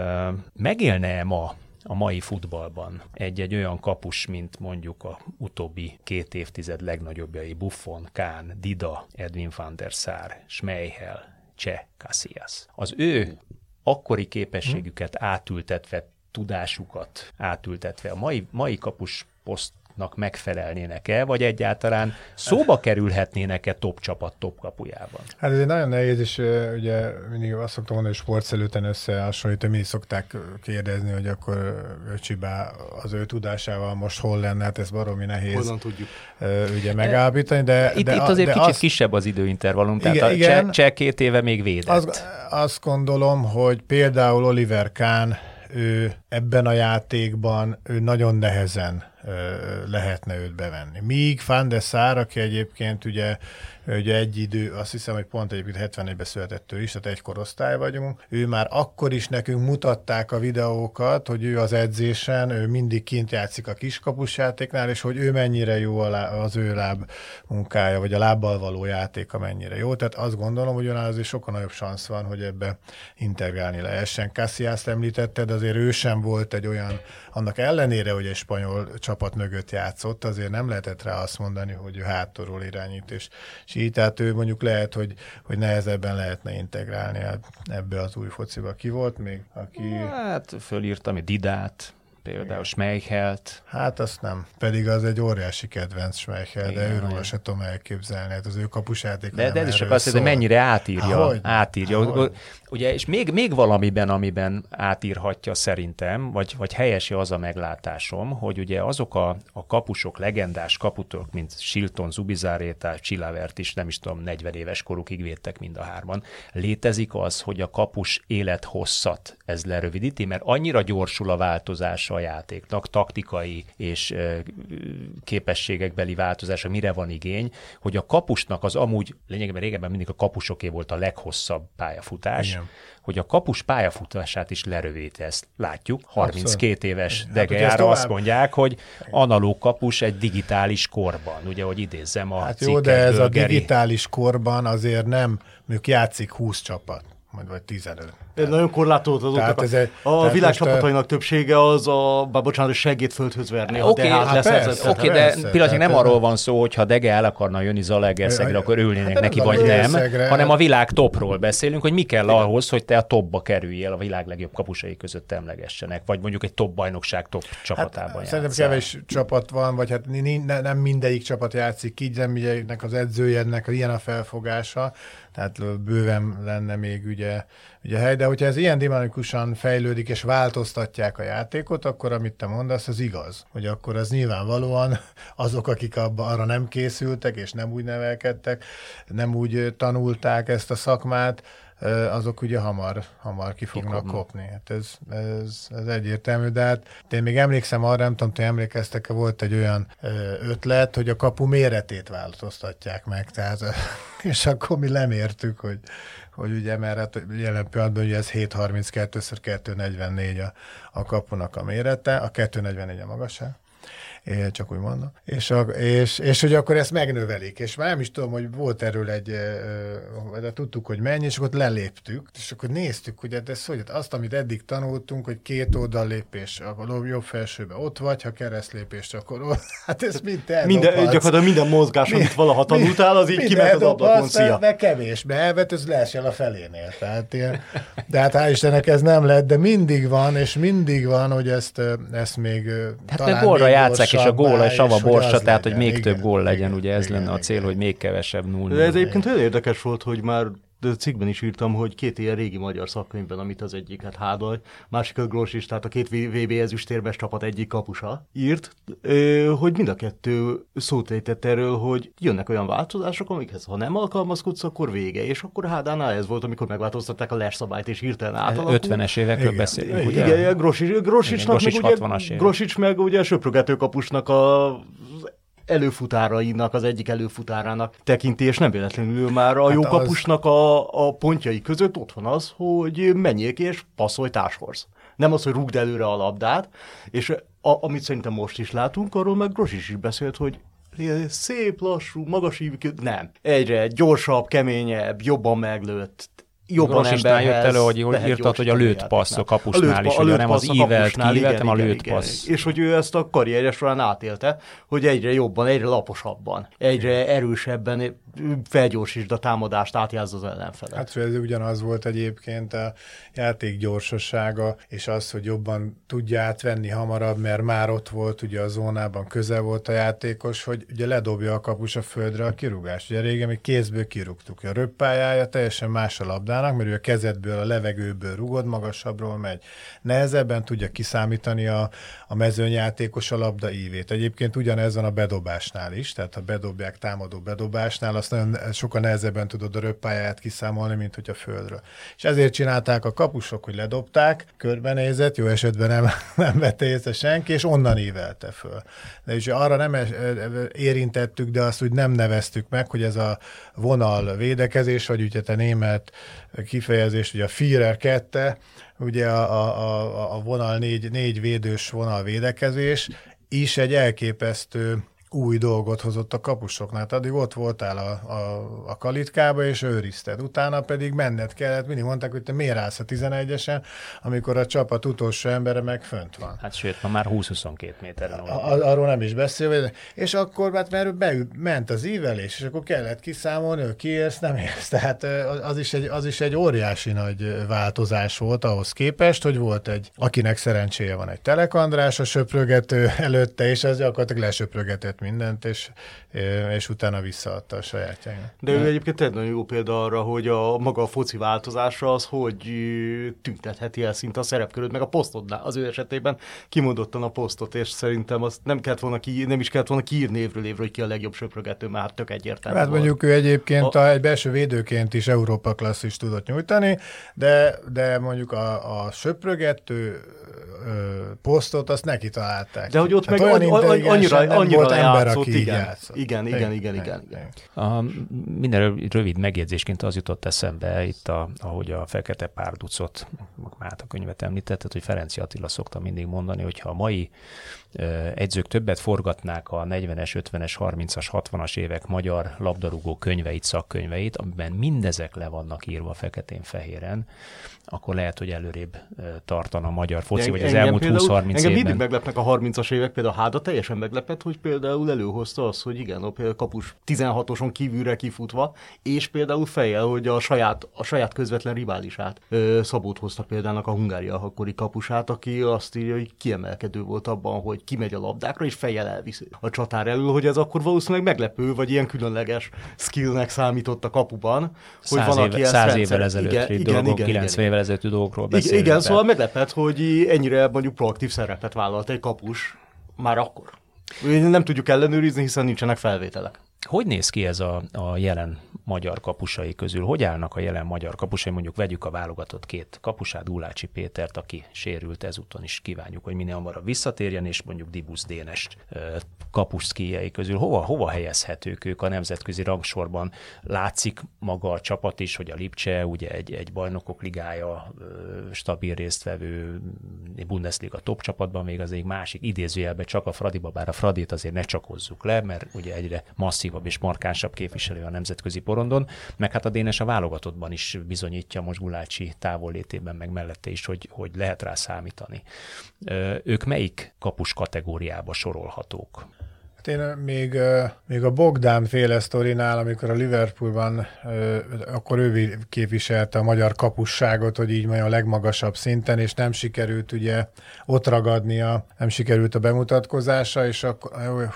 Megélne ma a mai futballban egy olyan kapus, mint mondjuk a utóbbi 2 évtized legnagyobbjai Buffon, Kahn, Dida, Edwin van der Sar, Schmeichel, Cseh, Casillas. Az ő akkori képességüket átültetve, tudásukat átültetve a mai kapus posztnak megfelelnének-e, vagy egyáltalán szóba kerülhetnének-e top csapat top kapujában? Hát ez egy nagyon nehéz, és ugye mindig azt szoktam mondani, hogy sportszelőten összehasonlítani, mindig szokták kérdezni, hogy akkor Csibá az ő tudásával most hol lenne, hát ez baromi nehéz. Honnan tudjuk ugye megállapítani, de... Itt azért kicsit kisebb az időintervallum, tehát igen, a Cseh 2 éve még védett. Azt gondolom, hogy például Oliver Kahn, ő ebben a játékban ő nagyon nehezen lehetne őt bevenni. Míg Van der Sar, aki egyébként ugye egy idő, azt hiszem, hogy pont egyébként 71-ben született ő is, tehát egy korosztály vagyunk, ő már akkor is nekünk mutatták a videókat, hogy ő az edzésen, ő mindig kint játszik a kiskapus játéknál, és hogy ő mennyire jó az ő láb munkája, vagy a lábbal való játéka mennyire jó. Tehát azt gondolom, hogy olyan azért sokkal nagyobb szansz van, hogy ebbe integrálni lehessen. Casillas említetted, azért ő sem volt egy olyan, annak ellenére, hogy egy spanyol csapat mögött játszott, azért nem lehetett rá azt mondani, hogy ő hátulról irányít, és így, tehát ő mondjuk lehet, hogy nehezebben lehetne integrálni ebbe az új fociba. Ki volt még? Hát fölírtam egy Didát, például Schmeichelt. Hát azt nem. Pedig az egy óriási kedvenc Schmeichel, de őről se tudom elképzelni. Hát az ő kapusjáték. De ez is csak azt, hogy mennyire átírja. Ugye, és még valamiben, amiben átírhatja szerintem, vagy helyesi az a meglátásom, hogy ugye azok a kapusok, legendás kaputok, mint Shilton, Zubizarreta, Chilavert is, nem is tudom, 40 éves korukig védtek mind a hárman. Létezik az, hogy a kapus élethosszat ez lerövidíti, mert annyira gyorsul a változása a játéknak, taktikai és képességekbeli változása, mire van igény, hogy a kapusnak az amúgy, lényegében régebben mindig a kapusoké volt a leghosszabb pályafutás, igen, hogy a kapus pályafutását is lerövidíti, ezt látjuk. 32 éves De Geára azt mondják, hogy analóg kapus egy digitális korban, ugye, hogy idézzem a cikket. Jó, de ez a digitális korban azért nem, mondjuk játszik 20 csapat, vagy 15. Nagyon korlátozottak. A világ csapatainak többsége az bocsánat, seggét földhöz verni. Oké, de pillanatnyilag nem arról van szó, hogy ha Dege el akarna jönni Zalaegerszegre, akkor ülnének neki, vagy nem, hanem a világ topról beszélünk, hogy mi kell ahhoz, hogy te a topba kerüljél, a világ legjobb kapusai között emlegessenek, vagy mondjuk egy top bajnokság top csapatában játszál. Szerintem kevés csapat van, vagy hát nem mindegyik csapat játszik így, nem mindegyiknek az edzőjednek ilyen a felfogása, tehát bőven lenne még ugye hely, de hogyha ez ilyen dinamikusan fejlődik és változtatják a játékot, akkor amit te mondasz, az igaz. Hogy akkor az nyilvánvalóan azok, akik arra nem készültek és nem úgy nevelkedtek, nem úgy tanulták ezt a szakmát, azok ugye hamar ki fognak kopni. Hát ez egyértelmű, de hát én még emlékszem arra, nem tudom, hogy emlékeztek-e, volt egy olyan ötlet, hogy a kapu méretét változtatják meg, tehát, és akkor mi lemértük, hogy ugye, mert hát jelen pillanatban ugye ez 7,32x2,44 a kapunak a mérete, a 2,44 a magasság. Csak úgy mondom. És hogy akkor ezt megnövelik, és már nem is tudom, hogy volt erről de tudtuk, hogy mennyi, és akkor leléptük, és akkor néztük, hogy ez hogy, azt, amit eddig tanultunk, hogy 2 oldallépés, akkor jobb felsőbe ott vagy, ha keresztlépést, akkor ott, hát ez mind gyakorlatilag minden mozgás, amit valaha tanultál, az így kiment az ablakon, szia. De kevésbe elvet, ez leesel a felénél. Tehát de hát hál' Istennek ez nem lett, de mindig van, és mindig van, hogy ezt még talán gólra játsszák, és a gól a sava borsa, tehát hogy még több gól legyen, ugye ez lenne a cél, hogy még kevesebb 0-0. De ez egyébként olyan érdekes volt, hogy már cikkben is írtam, hogy 2 ilyen régi magyar szakkönyvben, amit az egyik, hát Hádaj, másik a Grosics, tehát a 2 VB ezüstérmes csapat egyik kapusa írt, hogy mind a 2 szót ejtett erről, hogy jönnek olyan változások, amikhez ha nem alkalmazkodsz, akkor vége. És akkor Hádánál ez volt, amikor megváltoztatták a LER szabályt, és hirtelen átalakult. 50-es évekről beszélünk, ugye? Igen, Grosics meg ugye Söprögető kapusnak előfutárainak, az egyik előfutárának tekinti, és nem véletlenül már a Hát jó az... kapusnak a pontjai között ott van az, hogy menjék és passzolj társhoz. Nem az, hogy rúgd előre a labdát, és amit szerintem most is látunk, arról meg Grosics is beszélt, hogy szép, lassú, magas ívű, nem. Egyre gyorsabb, keményebb, jobban meglőtt, jobban emberhez. Jött elő, hogy írtad, hogy a lőtt passz a kapusnál is, hogy nem az ívelt, hanem a lőtt passz. És hogy ő ezt a karrierje során átélte, hogy egyre jobban, egyre laposabban, egyre erősebben felgyorsítsd a támadást, átjázd az ellenfelet. Hát ez ugyanaz volt egyébként a játék gyorsasága, és az, hogy jobban tudja átvenni hamarabb, mert már ott volt, ugye a zónában közel volt a játékos, hogy ugye ledobja a kapus a földre a kirúgást. Ugye régen még kézből kirúgtuk. A röppályája teljesen más a labdának, mert ő a kezedből, a levegőből rugod, magasabbról megy. Nehezebben tudja kiszámítani a mezőnyjátékos a labda ívét. Egyébként ugyanez van a bedobásnál is, tehát ha bedobják támadó bedobásnál, azt nagyon sokkal nehezebben tudod a röppályát kiszámolni, mint hogy a földről. És ezért csinálták a kapusok, hogy ledobták, körbenézett, jó esetben nem vette észre senki, és onnan ívelte föl. De és arra nem érintettük, de azt úgy nem neveztük meg, hogy ez a vonal védekezés, vagy ugye a német kifejezés, ugye a Führer 2, ugye a vonal négy védős vonal védekezés is egy elképesztő új dolgot hozott a kapusoknál. Addig ott voltál a kalitkába, és őrizted. Utána pedig menned kellett, mindig mondták, hogy te miért állsz a 11-esen, amikor a csapat utolsó embere meg fönt van. Hát sőt, ma már 20-22 méteren. Arról nem is beszélve. És akkor, mert ment az ívelés, és akkor kellett kiszámolni, hogy ki érsz, nem érsz. Tehát az is egy óriási nagy változás volt ahhoz képest, hogy volt akinek szerencséje van, egy Telek András a söprögető előtte, és az gyakorlatilag lesöprögetett mindent, és utána visszaadta a sajátjának. De ő egyébként egy nagyon jó példa arra, hogy maga a foci változása az, hogy tüntetheti el szinte a szerepköröt, meg a posztodnál. Az ő esetében kimondottan a posztot, és szerintem azt nem is kellett volna kiírni évről évről, hogy ki a legjobb söprögető, már tök egyértelmű. Hát mondjuk ő egyébként egy belső védőként is Európa klasszist tudott nyújtani, de mondjuk a söprögető posztot, azt neki találták. De hogy ott hát meg annyira játszott, igen. Minden rövid megjegyzésként az jutott eszembe itt, ahogy a Fekete Párducot, már a könyvet említetted, hogy Ferenci Attila szokta mindig mondani, hogyha a mai edzők többet forgatnák a 40-es, 50-es, 30-as, 60-as évek magyar labdarúgó könyveit, szakkönyveit, amiben mindezek le vannak írva feketén-fehéren, akkor lehet, hogy előrébb tartana a magyar foci, vagy az elmúlt 20-30 évben. Engem mindig meglepnek a 30-as évek, például a Háda teljesen meglepett, hogy például előhozta azt, hogy igen, a kapus 16-oson kívülre kifutva, és például fejjel, hogy a saját közvetlen riválisát, Szabót hozta például a Hungária akkori kapusát, aki azt írja, hogy kiemelkedő volt abban, hogy kimegy a labdákra, és fejjel elviszi a csatár elől, hogy ez akkor valószínűleg meglepő, vagy ilyen különleges skillnek számított a kapuban, hogy van, aki ezt 100 évvel ezelőtti dolgok, 90 évvel ezelőtti dolgokról beszélünk. Igen, szóval meglepett, hogy ennyire mondjuk proaktív szerepet vállalt egy kapus már akkor. Nem tudjuk ellenőrizni, hiszen nincsenek felvételek. Hogy néz ki ez a jelen magyar kapusai közül? Hogy állnak a jelen magyar kapusai? Mondjuk vegyük a válogatott két kapusát, Gulácsi Pétert, aki sérült, ezúton is kívánjuk, hogy minél hamarabb visszatérjen, és mondjuk Dibusz Dénest kapuszkijei közül. Hova helyezhetők ők a nemzetközi rangsorban? Látszik maga a csapat is, hogy a Lipcse, ugye egy bajnokok ligája stabil résztvevő, Bundesliga top csapatban, még az egy másik idézőjelben csak a Fradiba, bár a Fradit azért ne csakozzuk le, mert ugye egyre masszívabb és markánsabb képviselő a nemzetközi porondon, meg hát a Dénes a válogatottban is bizonyítja most Gulácsi távollétében, meg mellette is, hogy lehet rá számítani. Ők melyik kapus kategóriába sorolhatók? Hát én még a Bogdán féle sztorinál, amikor a Liverpoolban, akkor ő képviselte a magyar kapusságot, hogy így mondjam a legmagasabb szinten, és nem sikerült ugye ott ragadnia, nem sikerült a bemutatkozása, és akkor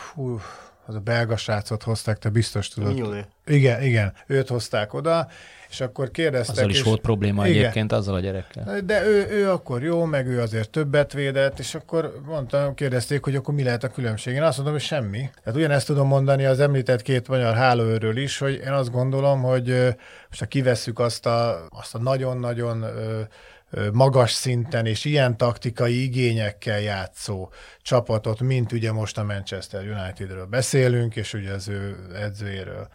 az a belga srácot hozták, te biztos tudod. Mignolet. Igen, őt hozták oda, és akkor kérdeztek. Azzal is volt probléma egyébként, azzal a gyerekkel. De ő akkor jó, meg ő azért többet védett, és akkor kérdezték, hogy akkor mi lehet a különbség. Én azt mondom, hogy semmi. Tehát ugyanezt tudom mondani az említett két magyar hálóőről is, hogy én azt gondolom, hogy most ha kivesszük azt a nagyon-nagyon magas szinten és ilyen taktikai igényekkel játszó csapatot, mint ugye most a Manchester Unitedről beszélünk, és ugye az ő edzőjéről,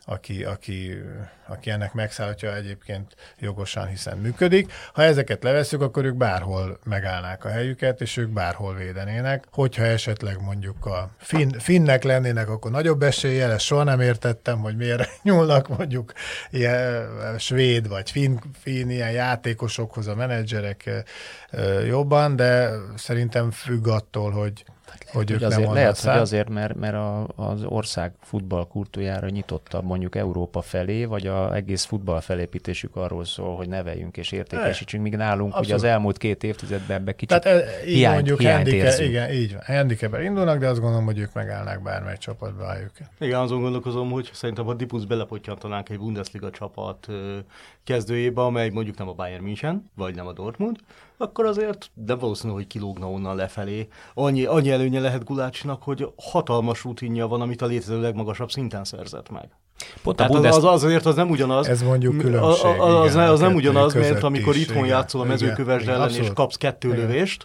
aki ennek megszállhatja egyébként jogosan, hiszen működik. Ha ezeket levesszük, akkor ők bárhol megállnák a helyüket, és ők bárhol védenének. Hogyha esetleg mondjuk a finnek lennének, akkor nagyobb eséllyel, ezt soha nem értettem, hogy miért nyúlnak mondjuk ilyen svéd vagy finn ilyen játékosokhoz a menedzserek jobban, de szerintem függ attól, hogy ők nem azért, onnan lehet, hogy azért, mert az ország futballkultúrájára nyitottabb mondjuk Európa felé, vagy az egész futballfelépítésük arról szól, hogy neveljünk és értékesítsünk, míg nálunk ugye az elmúlt 2 évtizedben ebbe kicsit hiányt érzünk. Igen, így van. Handicapben indulnak, de azt gondolom, hogy ők megállnák bármely csapatba a helyüket. Igen, azon gondolkozom, hogy szerintem a Dipus belepottyantanánk egy Bundesliga csapat kezdőjébe, amely mondjuk nem a Bayern München, vagy nem a Dortmund, akkor azért, de valószínű, hogy kilógna onnan lefelé. Annyi előnye lehet Gulácsinak, hogy hatalmas rutinja van, amit a létező legmagasabb szinten szerzett meg. Pont azért az nem ugyanaz. Ez mondjuk különbség. Az nem ugyanaz, mert amikor itthon játszol a Mezőkövesd ellen, és kapsz 2 lövést,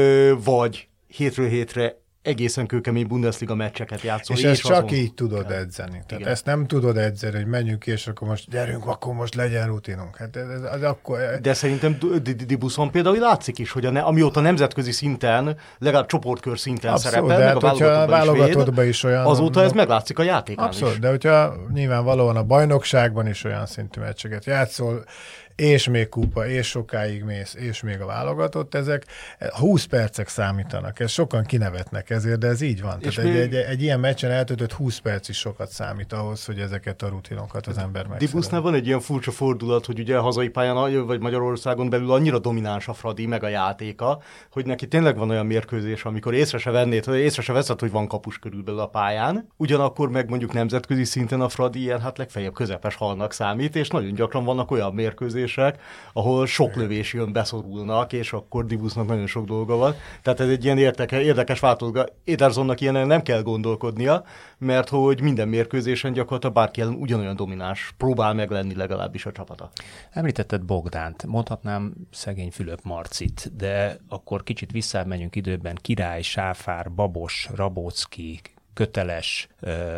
vagy hétről hétre egészen kőkemény Bundesliga meccseket játszol. És ezt csak így tudod edzeni. Tehát ezt nem tudod edzeni, hogy menjünk ki, és akkor most gyerünk, akkor most legyen rutinunk. Hát ez akkor... De szerintem Dibuszon például látszik is, hogy amióta nemzetközi szinten, legalább csoportkör szinten szerepel, meg a válogatottban is olyan... Azóta ez meglátszik a játékán abszolút, is. De hogyha nyilvánvalóan a bajnokságban is olyan szintű meccseket játszol, és még kupa, és sokáig mész, és még a válogatott, ezek 20 percek számítanak. Ez sokan kinevetnek ezért, de ez így van. Tehát egy ilyen meccsen eltöltött 20 perc is sokat számít ahhoz, hogy ezeket a rutinokat az ember megszerez. Dibusznál van egy ilyen furcsa fordulat, hogy ugye a hazai pályán, vagy Magyarországon belül annyira domináns a Fradi, meg a játéka, hogy neki tényleg van olyan mérkőzés, amikor észre se veszed, hogy van kapus körülbelül a pályán. Ugyanakkor meg mondjuk nemzetközi szinten a Fradi ilyen, hát legfeljebb közepes halnak számít, és nagyon gyakran vannak olyan mérkőzések, ahol sok lövés jön, beszorulnak, és akkor Dibusznak nagyon sok dolga van. Tehát ez egy ilyen érdekes változó. Edersonnak ilyen nem kell gondolkodnia, mert hogy minden mérkőzésen gyakorlatilag bárki ellen ugyanolyan domináns, próbál meg lenni legalábbis a csapata. Említetted Bogdánt, mondhatnám szegény Fülöp Marcit, de akkor kicsit visszamenjünk időben. Király, Sáfár, Babos, Rabóczki, Köteles,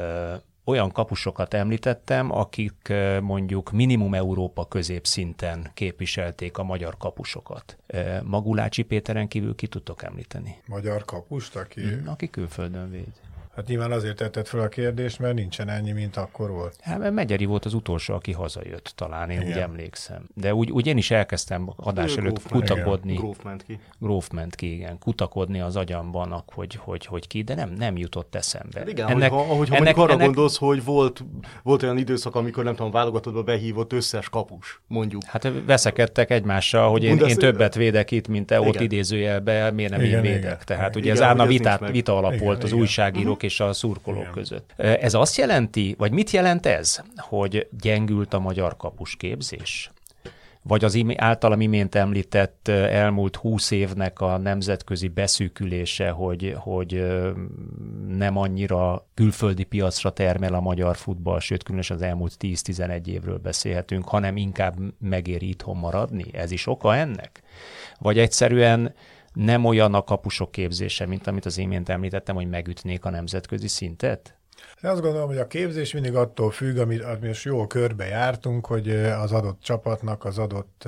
olyan kapusokat említettem, akik mondjuk minimum Európa középszinten képviselték a magyar kapusokat. Magulácsi Péteren kívül ki tudtok említeni? Magyar kapust, aki külföldön véd. Hát nyilván azért tetted fel a kérdést, mert nincsen ennyi, mint akkor volt. Hát mert Megyeri volt az utolsó, aki hazajött, talán én úgy emlékszem. De úgy én is elkezdtem adás előtt kutakodni. Gróf ment ki, igen. Kutakodni az agyamban, hogy ki, de nem jutott eszembe. Igen, hogyha arra gondolsz, hogy volt olyan időszak, amikor nem tudom, válogatottba behívott összes kapus, mondjuk. Hát veszekedtek egymással, hogy én többet védek itt, mint te ott idézőjelbe, miért nem én védek. Tehát ugye ez állna vita alap volt az újságírók és a szurkolók között. Ez azt jelenti, vagy mit jelent ez, hogy gyengült a magyar kapusképzés? Vagy az általam imént említett elmúlt 20 évnek a nemzetközi beszűkülése, hogy nem annyira külföldi piacra termel a magyar futball, sőt, különösen az elmúlt 10-11 évről beszélhetünk, hanem inkább megéri itthon maradni? Ez is oka ennek? Vagy egyszerűen nem olyan a kapusok képzése, mint amit az imént említettem, hogy megütnék a nemzetközi szintet? Én azt gondolom, hogy a képzés mindig attól függ, amit most jól körbe jártunk, hogy az adott csapatnak, az adott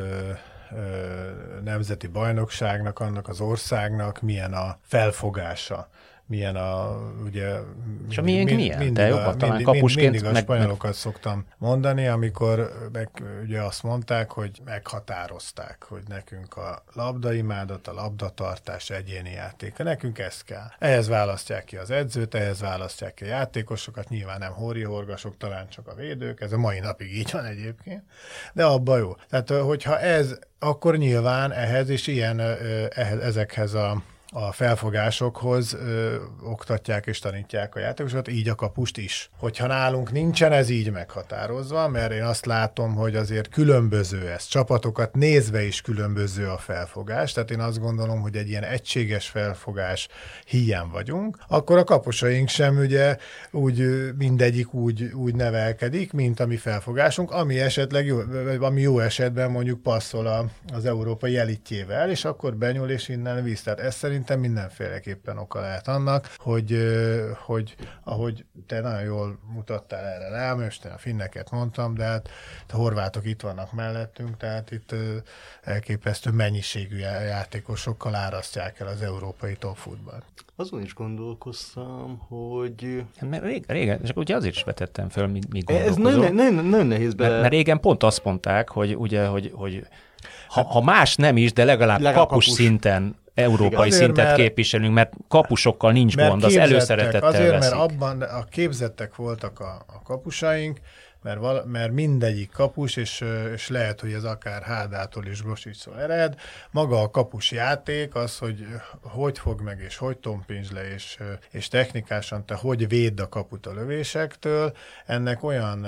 nemzeti bajnokságnak, annak az országnak milyen a felfogása. Milyen ugye... És a miénk milyen? Te jobban talán kapusként... Mindig a spanyolokat szoktam mondani, amikor ugye azt mondták, hogy meghatározták, hogy nekünk a labdaimádat, a labdatartás egyéni játéka. Nekünk ez kell. Ehhez választják ki az edzőt, ehhez választják ki a játékosokat, nyilván nem horgasok, talán csak a védők, ez a mai napig így van egyébként, de abban jó. Tehát, hogyha ez, akkor nyilván ehhez és ezekhez a a felfogásokhoz oktatják és tanítják a játékosokat, így a kapust is. Hogyha nálunk nincsen ez így meghatározva, mert én azt látom, hogy azért különböző ez, csapatokat nézve is különböző a felfogás, tehát én azt gondolom, hogy egy ilyen egységes felfogás hiány vagyunk, akkor a kapusaink sem ugye úgy mindegyik úgy nevelkedik, mint a mi felfogásunk, ami esetleg ami jó esetben mondjuk passzol az európai elitjével, és akkor benyúl és innen visz. Tehát ez szerintem mindenféleképpen oka lehet annak, hogy ahogy te nagyon jól mutattál erre rá, most én a finneket mondtam, de hát a horvátok itt vannak mellettünk, tehát itt elképesztő mennyiségű játékosokkal árasztják el az európai topfutballt. Azon is gondolkoztam, hogy... Mert régen, és ugye azért is vetettem föl, mit ez gondolkozom. nagyon nehéz bele... Mert régen pont azt mondták, hogy ha más nem is, de legalább kapus szinten, európai azért, szintet képviselünk, mert kapusokkal nincs gond, az előszeretettel azért, veszik. mert abban a képzettek voltak a kapusaink, mert mindegyik kapus, és lehet, hogy ez akár Hádától és Grosicsról ered, maga a kapus játék, az, hogy fog meg, és hogy tompints le, és technikásan te hogy védd a kaput a lövésektől, ennek olyan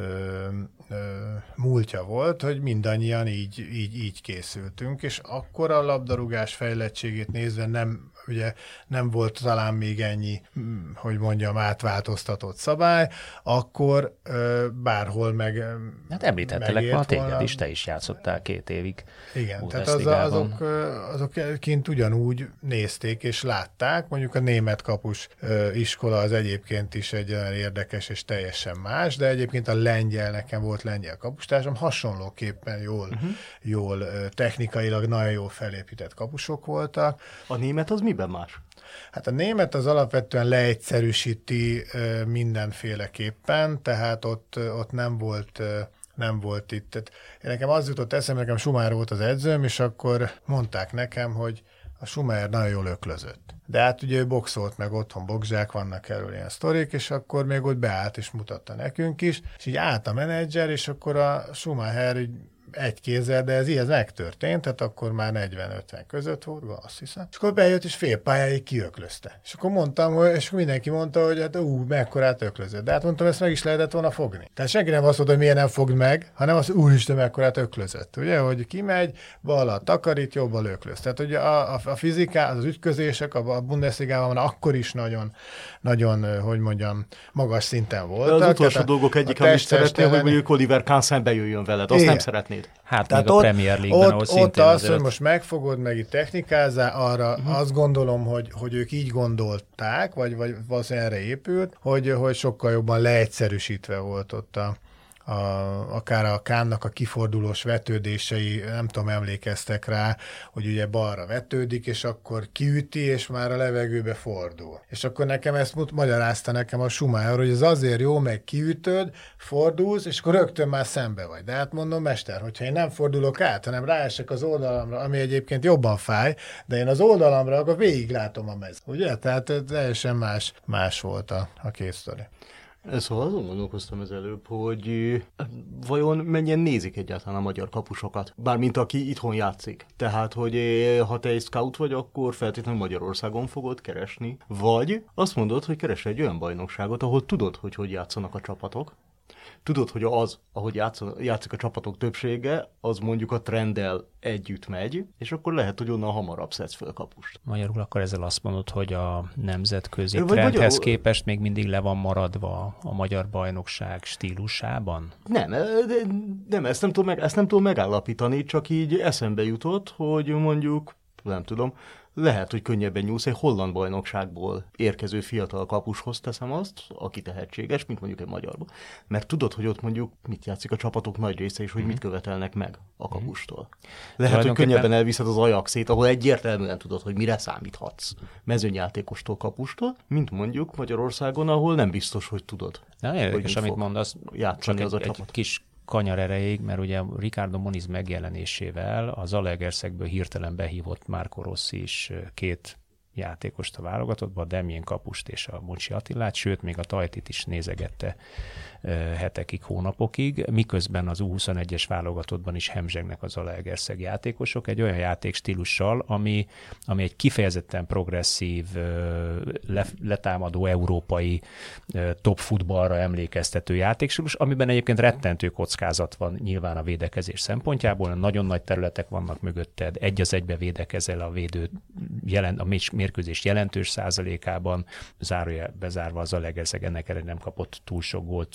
múltja volt, hogy mindannyian így készültünk, és akkor a labdarúgás fejlettségét nézve nem volt talán még ennyi, hogy mondjam, átváltoztatott szabály, akkor bárhol Hát említettelek ma téged is, te is játszottál 2 évig. Igen, tehát azok kint ugyanúgy nézték és látták, mondjuk a német kapus iskola az egyébként is egy olyan érdekes és teljesen más, de egyébként nekem volt lengyel kapustársam, hasonlóképpen jól technikailag nagyon jól felépített kapusok voltak. A német az miben más? Hát a német az alapvetően leegyszerűsíti mindenféleképpen, tehát ott nem volt itt. Tehát nekem az jutott eszembe, nekem Schumacher volt az edzőm, és akkor mondták nekem, hogy a Schumacher nagyon jól öklözött. De hát ugye ő boxolt, meg otthon boxzsák, vannak erről ilyen sztorik, és akkor még ott beállt és mutatta nekünk is, és így állt a menedzser, és akkor a Schumacher egy kézzel, de ez megtörtént, tehát akkor már 40-50 között volt, azt hiszem. És akkor bejött, és fél pályáig kiöklözte. És akkor mondtam, és mindenki mondta, hogy hát mekkorát öklözött. De hát mondtam, ezt meg is lehetett volna fogni. Tehát senki nem azt mondta, hogy miért nem fogd meg, hanem az úristen, mekkorát öklözött. Ugye, hogy kimegy, bal takarít, jobbal öklöz. Tehát ugye a fiziká, az ütközések a Bundesligában akkor is nagyon, hogy mondjam, magas szinten voltak. De az utolsó dolgok egyik, amit szeretnél, hogy mondjuk Oliver Kahn szembe jöjjön veled. Azt nem szeretnéd. Hát tehát még a Premier League-ben, ahol szintén ott az, hogy most megfogod, meg itt technikázzál, arra azt gondolom, hogy ők így gondolták, vagy valószínűleg erre épült, hogy sokkal jobban leegyszerűsítve volt ott akár a Kahnnak a kifordulós vetődései, nem tudom, emlékeztek rá, hogy ugye balra vetődik, és akkor kiüti, és már a levegőbe fordul. És akkor nekem ezt magyarázta nekem a Schumacher, hogy ez azért jó, meg kiütöd, fordulsz, és akkor rögtön már szembe vagy. De hát mondom, mester, hogyha én nem fordulok át, hanem ráesek az oldalamra, ami egyébként jobban fáj, de én az oldalamra, akkor végig látom a mezőt. Ugye? Tehát teljesen más volt a két sztori. Szóval azon gondolkoztam előbb, hogy vajon mennyien nézik egyáltalán a magyar kapusokat, bármint aki itthon játszik. Tehát, hogy ha te egy scout vagy, akkor feltétlenül Magyarországon fogod keresni, vagy azt mondod, hogy keres egy olyan bajnokságot, ahol tudod, hogy játszanak a csapatok. Tudod, hogy az, ahogy játszik a csapatok többsége, az mondjuk a trenddel együtt megy, és akkor lehet, hogy onnan hamarabb szedsz föl kapust. Magyarul akkor ezzel azt mondod, hogy a nemzetközi trendhez képest még mindig le van maradva a magyar bajnokság stílusában? Nem, ezt nem tudom megállapítani, csak így eszembe jutott, hogy mondjuk, nem tudom, lehet, hogy könnyebben nyúlsz egy holland bajnokságból érkező fiatal kapushoz, teszem azt, aki tehetséges, mint mondjuk egy magyarból. Mert tudod, hogy ott mondjuk mit játszik a csapatok nagy része, és hogy mit követelnek meg a kapustól. Lehet, hogy könnyebben elviszed az Ajaxét, ahol egyértelműen tudod, hogy mire számíthatsz mezőnyjátékostól, kapustól, mint mondjuk Magyarországon, ahol nem biztos, hogy tudod. Na, érdekes, amit mondasz, játszani az a csapat. Egy kis kanyar erejéig, mert ugye Ricardo Moniz megjelenésével az Zalaegerszegből hirtelen behívott Marco Rossi is 2 játékost a válogatottba, a Demjén Kapust és a Mucsi Attilát, sőt, még a Tajtit is nézegette hetekig, hónapokig, miközben az U21-es válogatottban is hemzsegnek az Zalaegerszeg játékosok egy olyan játékstílussal, ami egy kifejezetten progresszív, letámadó európai top futballra emlékeztető játékstílus, amiben egyébként rettentő kockázat van nyilván a védekezés szempontjából, nagyon nagy területek vannak mögötted, egy az egybe védekezel a védő a mérkőzés jelentős százalékában, zárója bezárva az Zalaegerszeg ennek ellenére nem kapott túl sok gólt,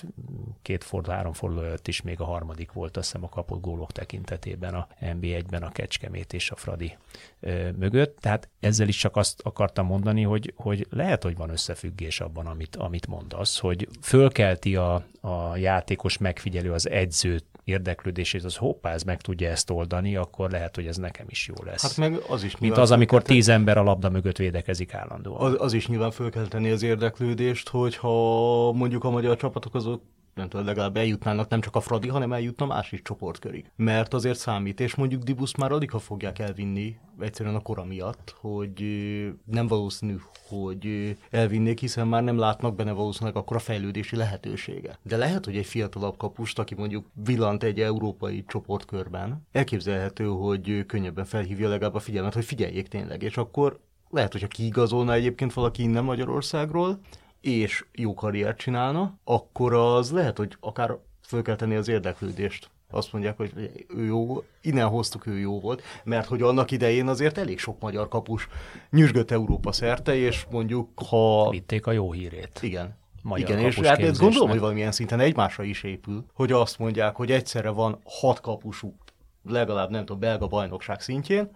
2-3 forduló előtt is még a harmadik volt, azt hiszem a kapott gólok tekintetében a NB1-ben a Kecskemét és a Fradi mögött. Tehát ezzel is csak azt akartam mondani, hogy lehet, hogy van összefüggés abban, amit mondasz, hogy fölkelti a játékos megfigyelő az edző érdeklődését, az hoppá, ez meg tudja ezt oldani, akkor lehet, hogy ez nekem is jó lesz. Hát meg az is mint az, amikor 10 ember a labda mögött védekezik állandóan. Az is nyilván föl kell tenni az érdeklődést, hogyha mondjuk a magyar csapatok azok nem tudom, legalább eljutnának nem csak a Fradi, hanem eljutna más is csoportkörig. Mert azért számít, és mondjuk Dibuszt már alig, ha fogják elvinni, egyszerűen a kora miatt, hogy nem valószínű, hogy elvinnék, hiszen már nem látnak benne valószínűleg akkora fejlődési lehetősége. De lehet, hogy egy fiatalabb kapust, aki mondjuk villant egy európai csoportkörben, elképzelhető, hogy könnyebben felhívja legalább a figyelmet, hogy figyeljék tényleg, és akkor lehet, hogyha kiigazolna egyébként valaki innen Magyarországról, és jó karriert csinálna, akkor az lehet, hogy akár föl kell tenni az érdeklődést. Azt mondják, hogy ő jó, innen hoztuk, ő jó volt, mert hogy annak idején azért elég sok magyar kapus nyüzsgött Európa szerte, és mondjuk ha... Vitték a jó hírét. Igen. Magyar igen, és hát ezt gondolom, hogy valamilyen szinten egymásra is épül, hogy azt mondják, hogy egyszerre van 6 kapusuk, legalább nem tudom, belga bajnokság szintjén,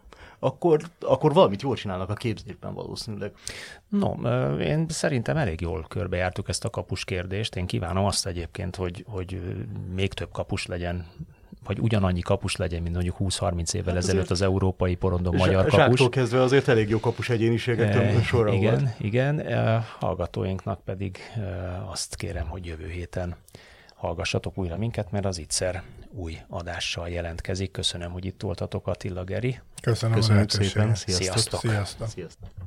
akkor valamit jól csinálnak a képzésben valószínűleg. No, én szerintem elég jól körbejártuk ezt a kapus kérdést. Én kívánom azt egyébként, hogy még több kapus legyen, vagy ugyanannyi kapus legyen, mint mondjuk 20-30 évvel ezelőtt az európai porondon magyar kapus. Zsáktól kezdve azért elég jó kapus egyéniségek sorra volt. Igen. Hallgatóinknak pedig azt kérem, hogy jövő héten hallgassatok újra minket, mert az Ittszer új adással jelentkezik. Köszönöm, hogy itt voltatok, Attila, Geri. Köszönöm szépen. Sziasztok. Sziasztok. Sziasztok.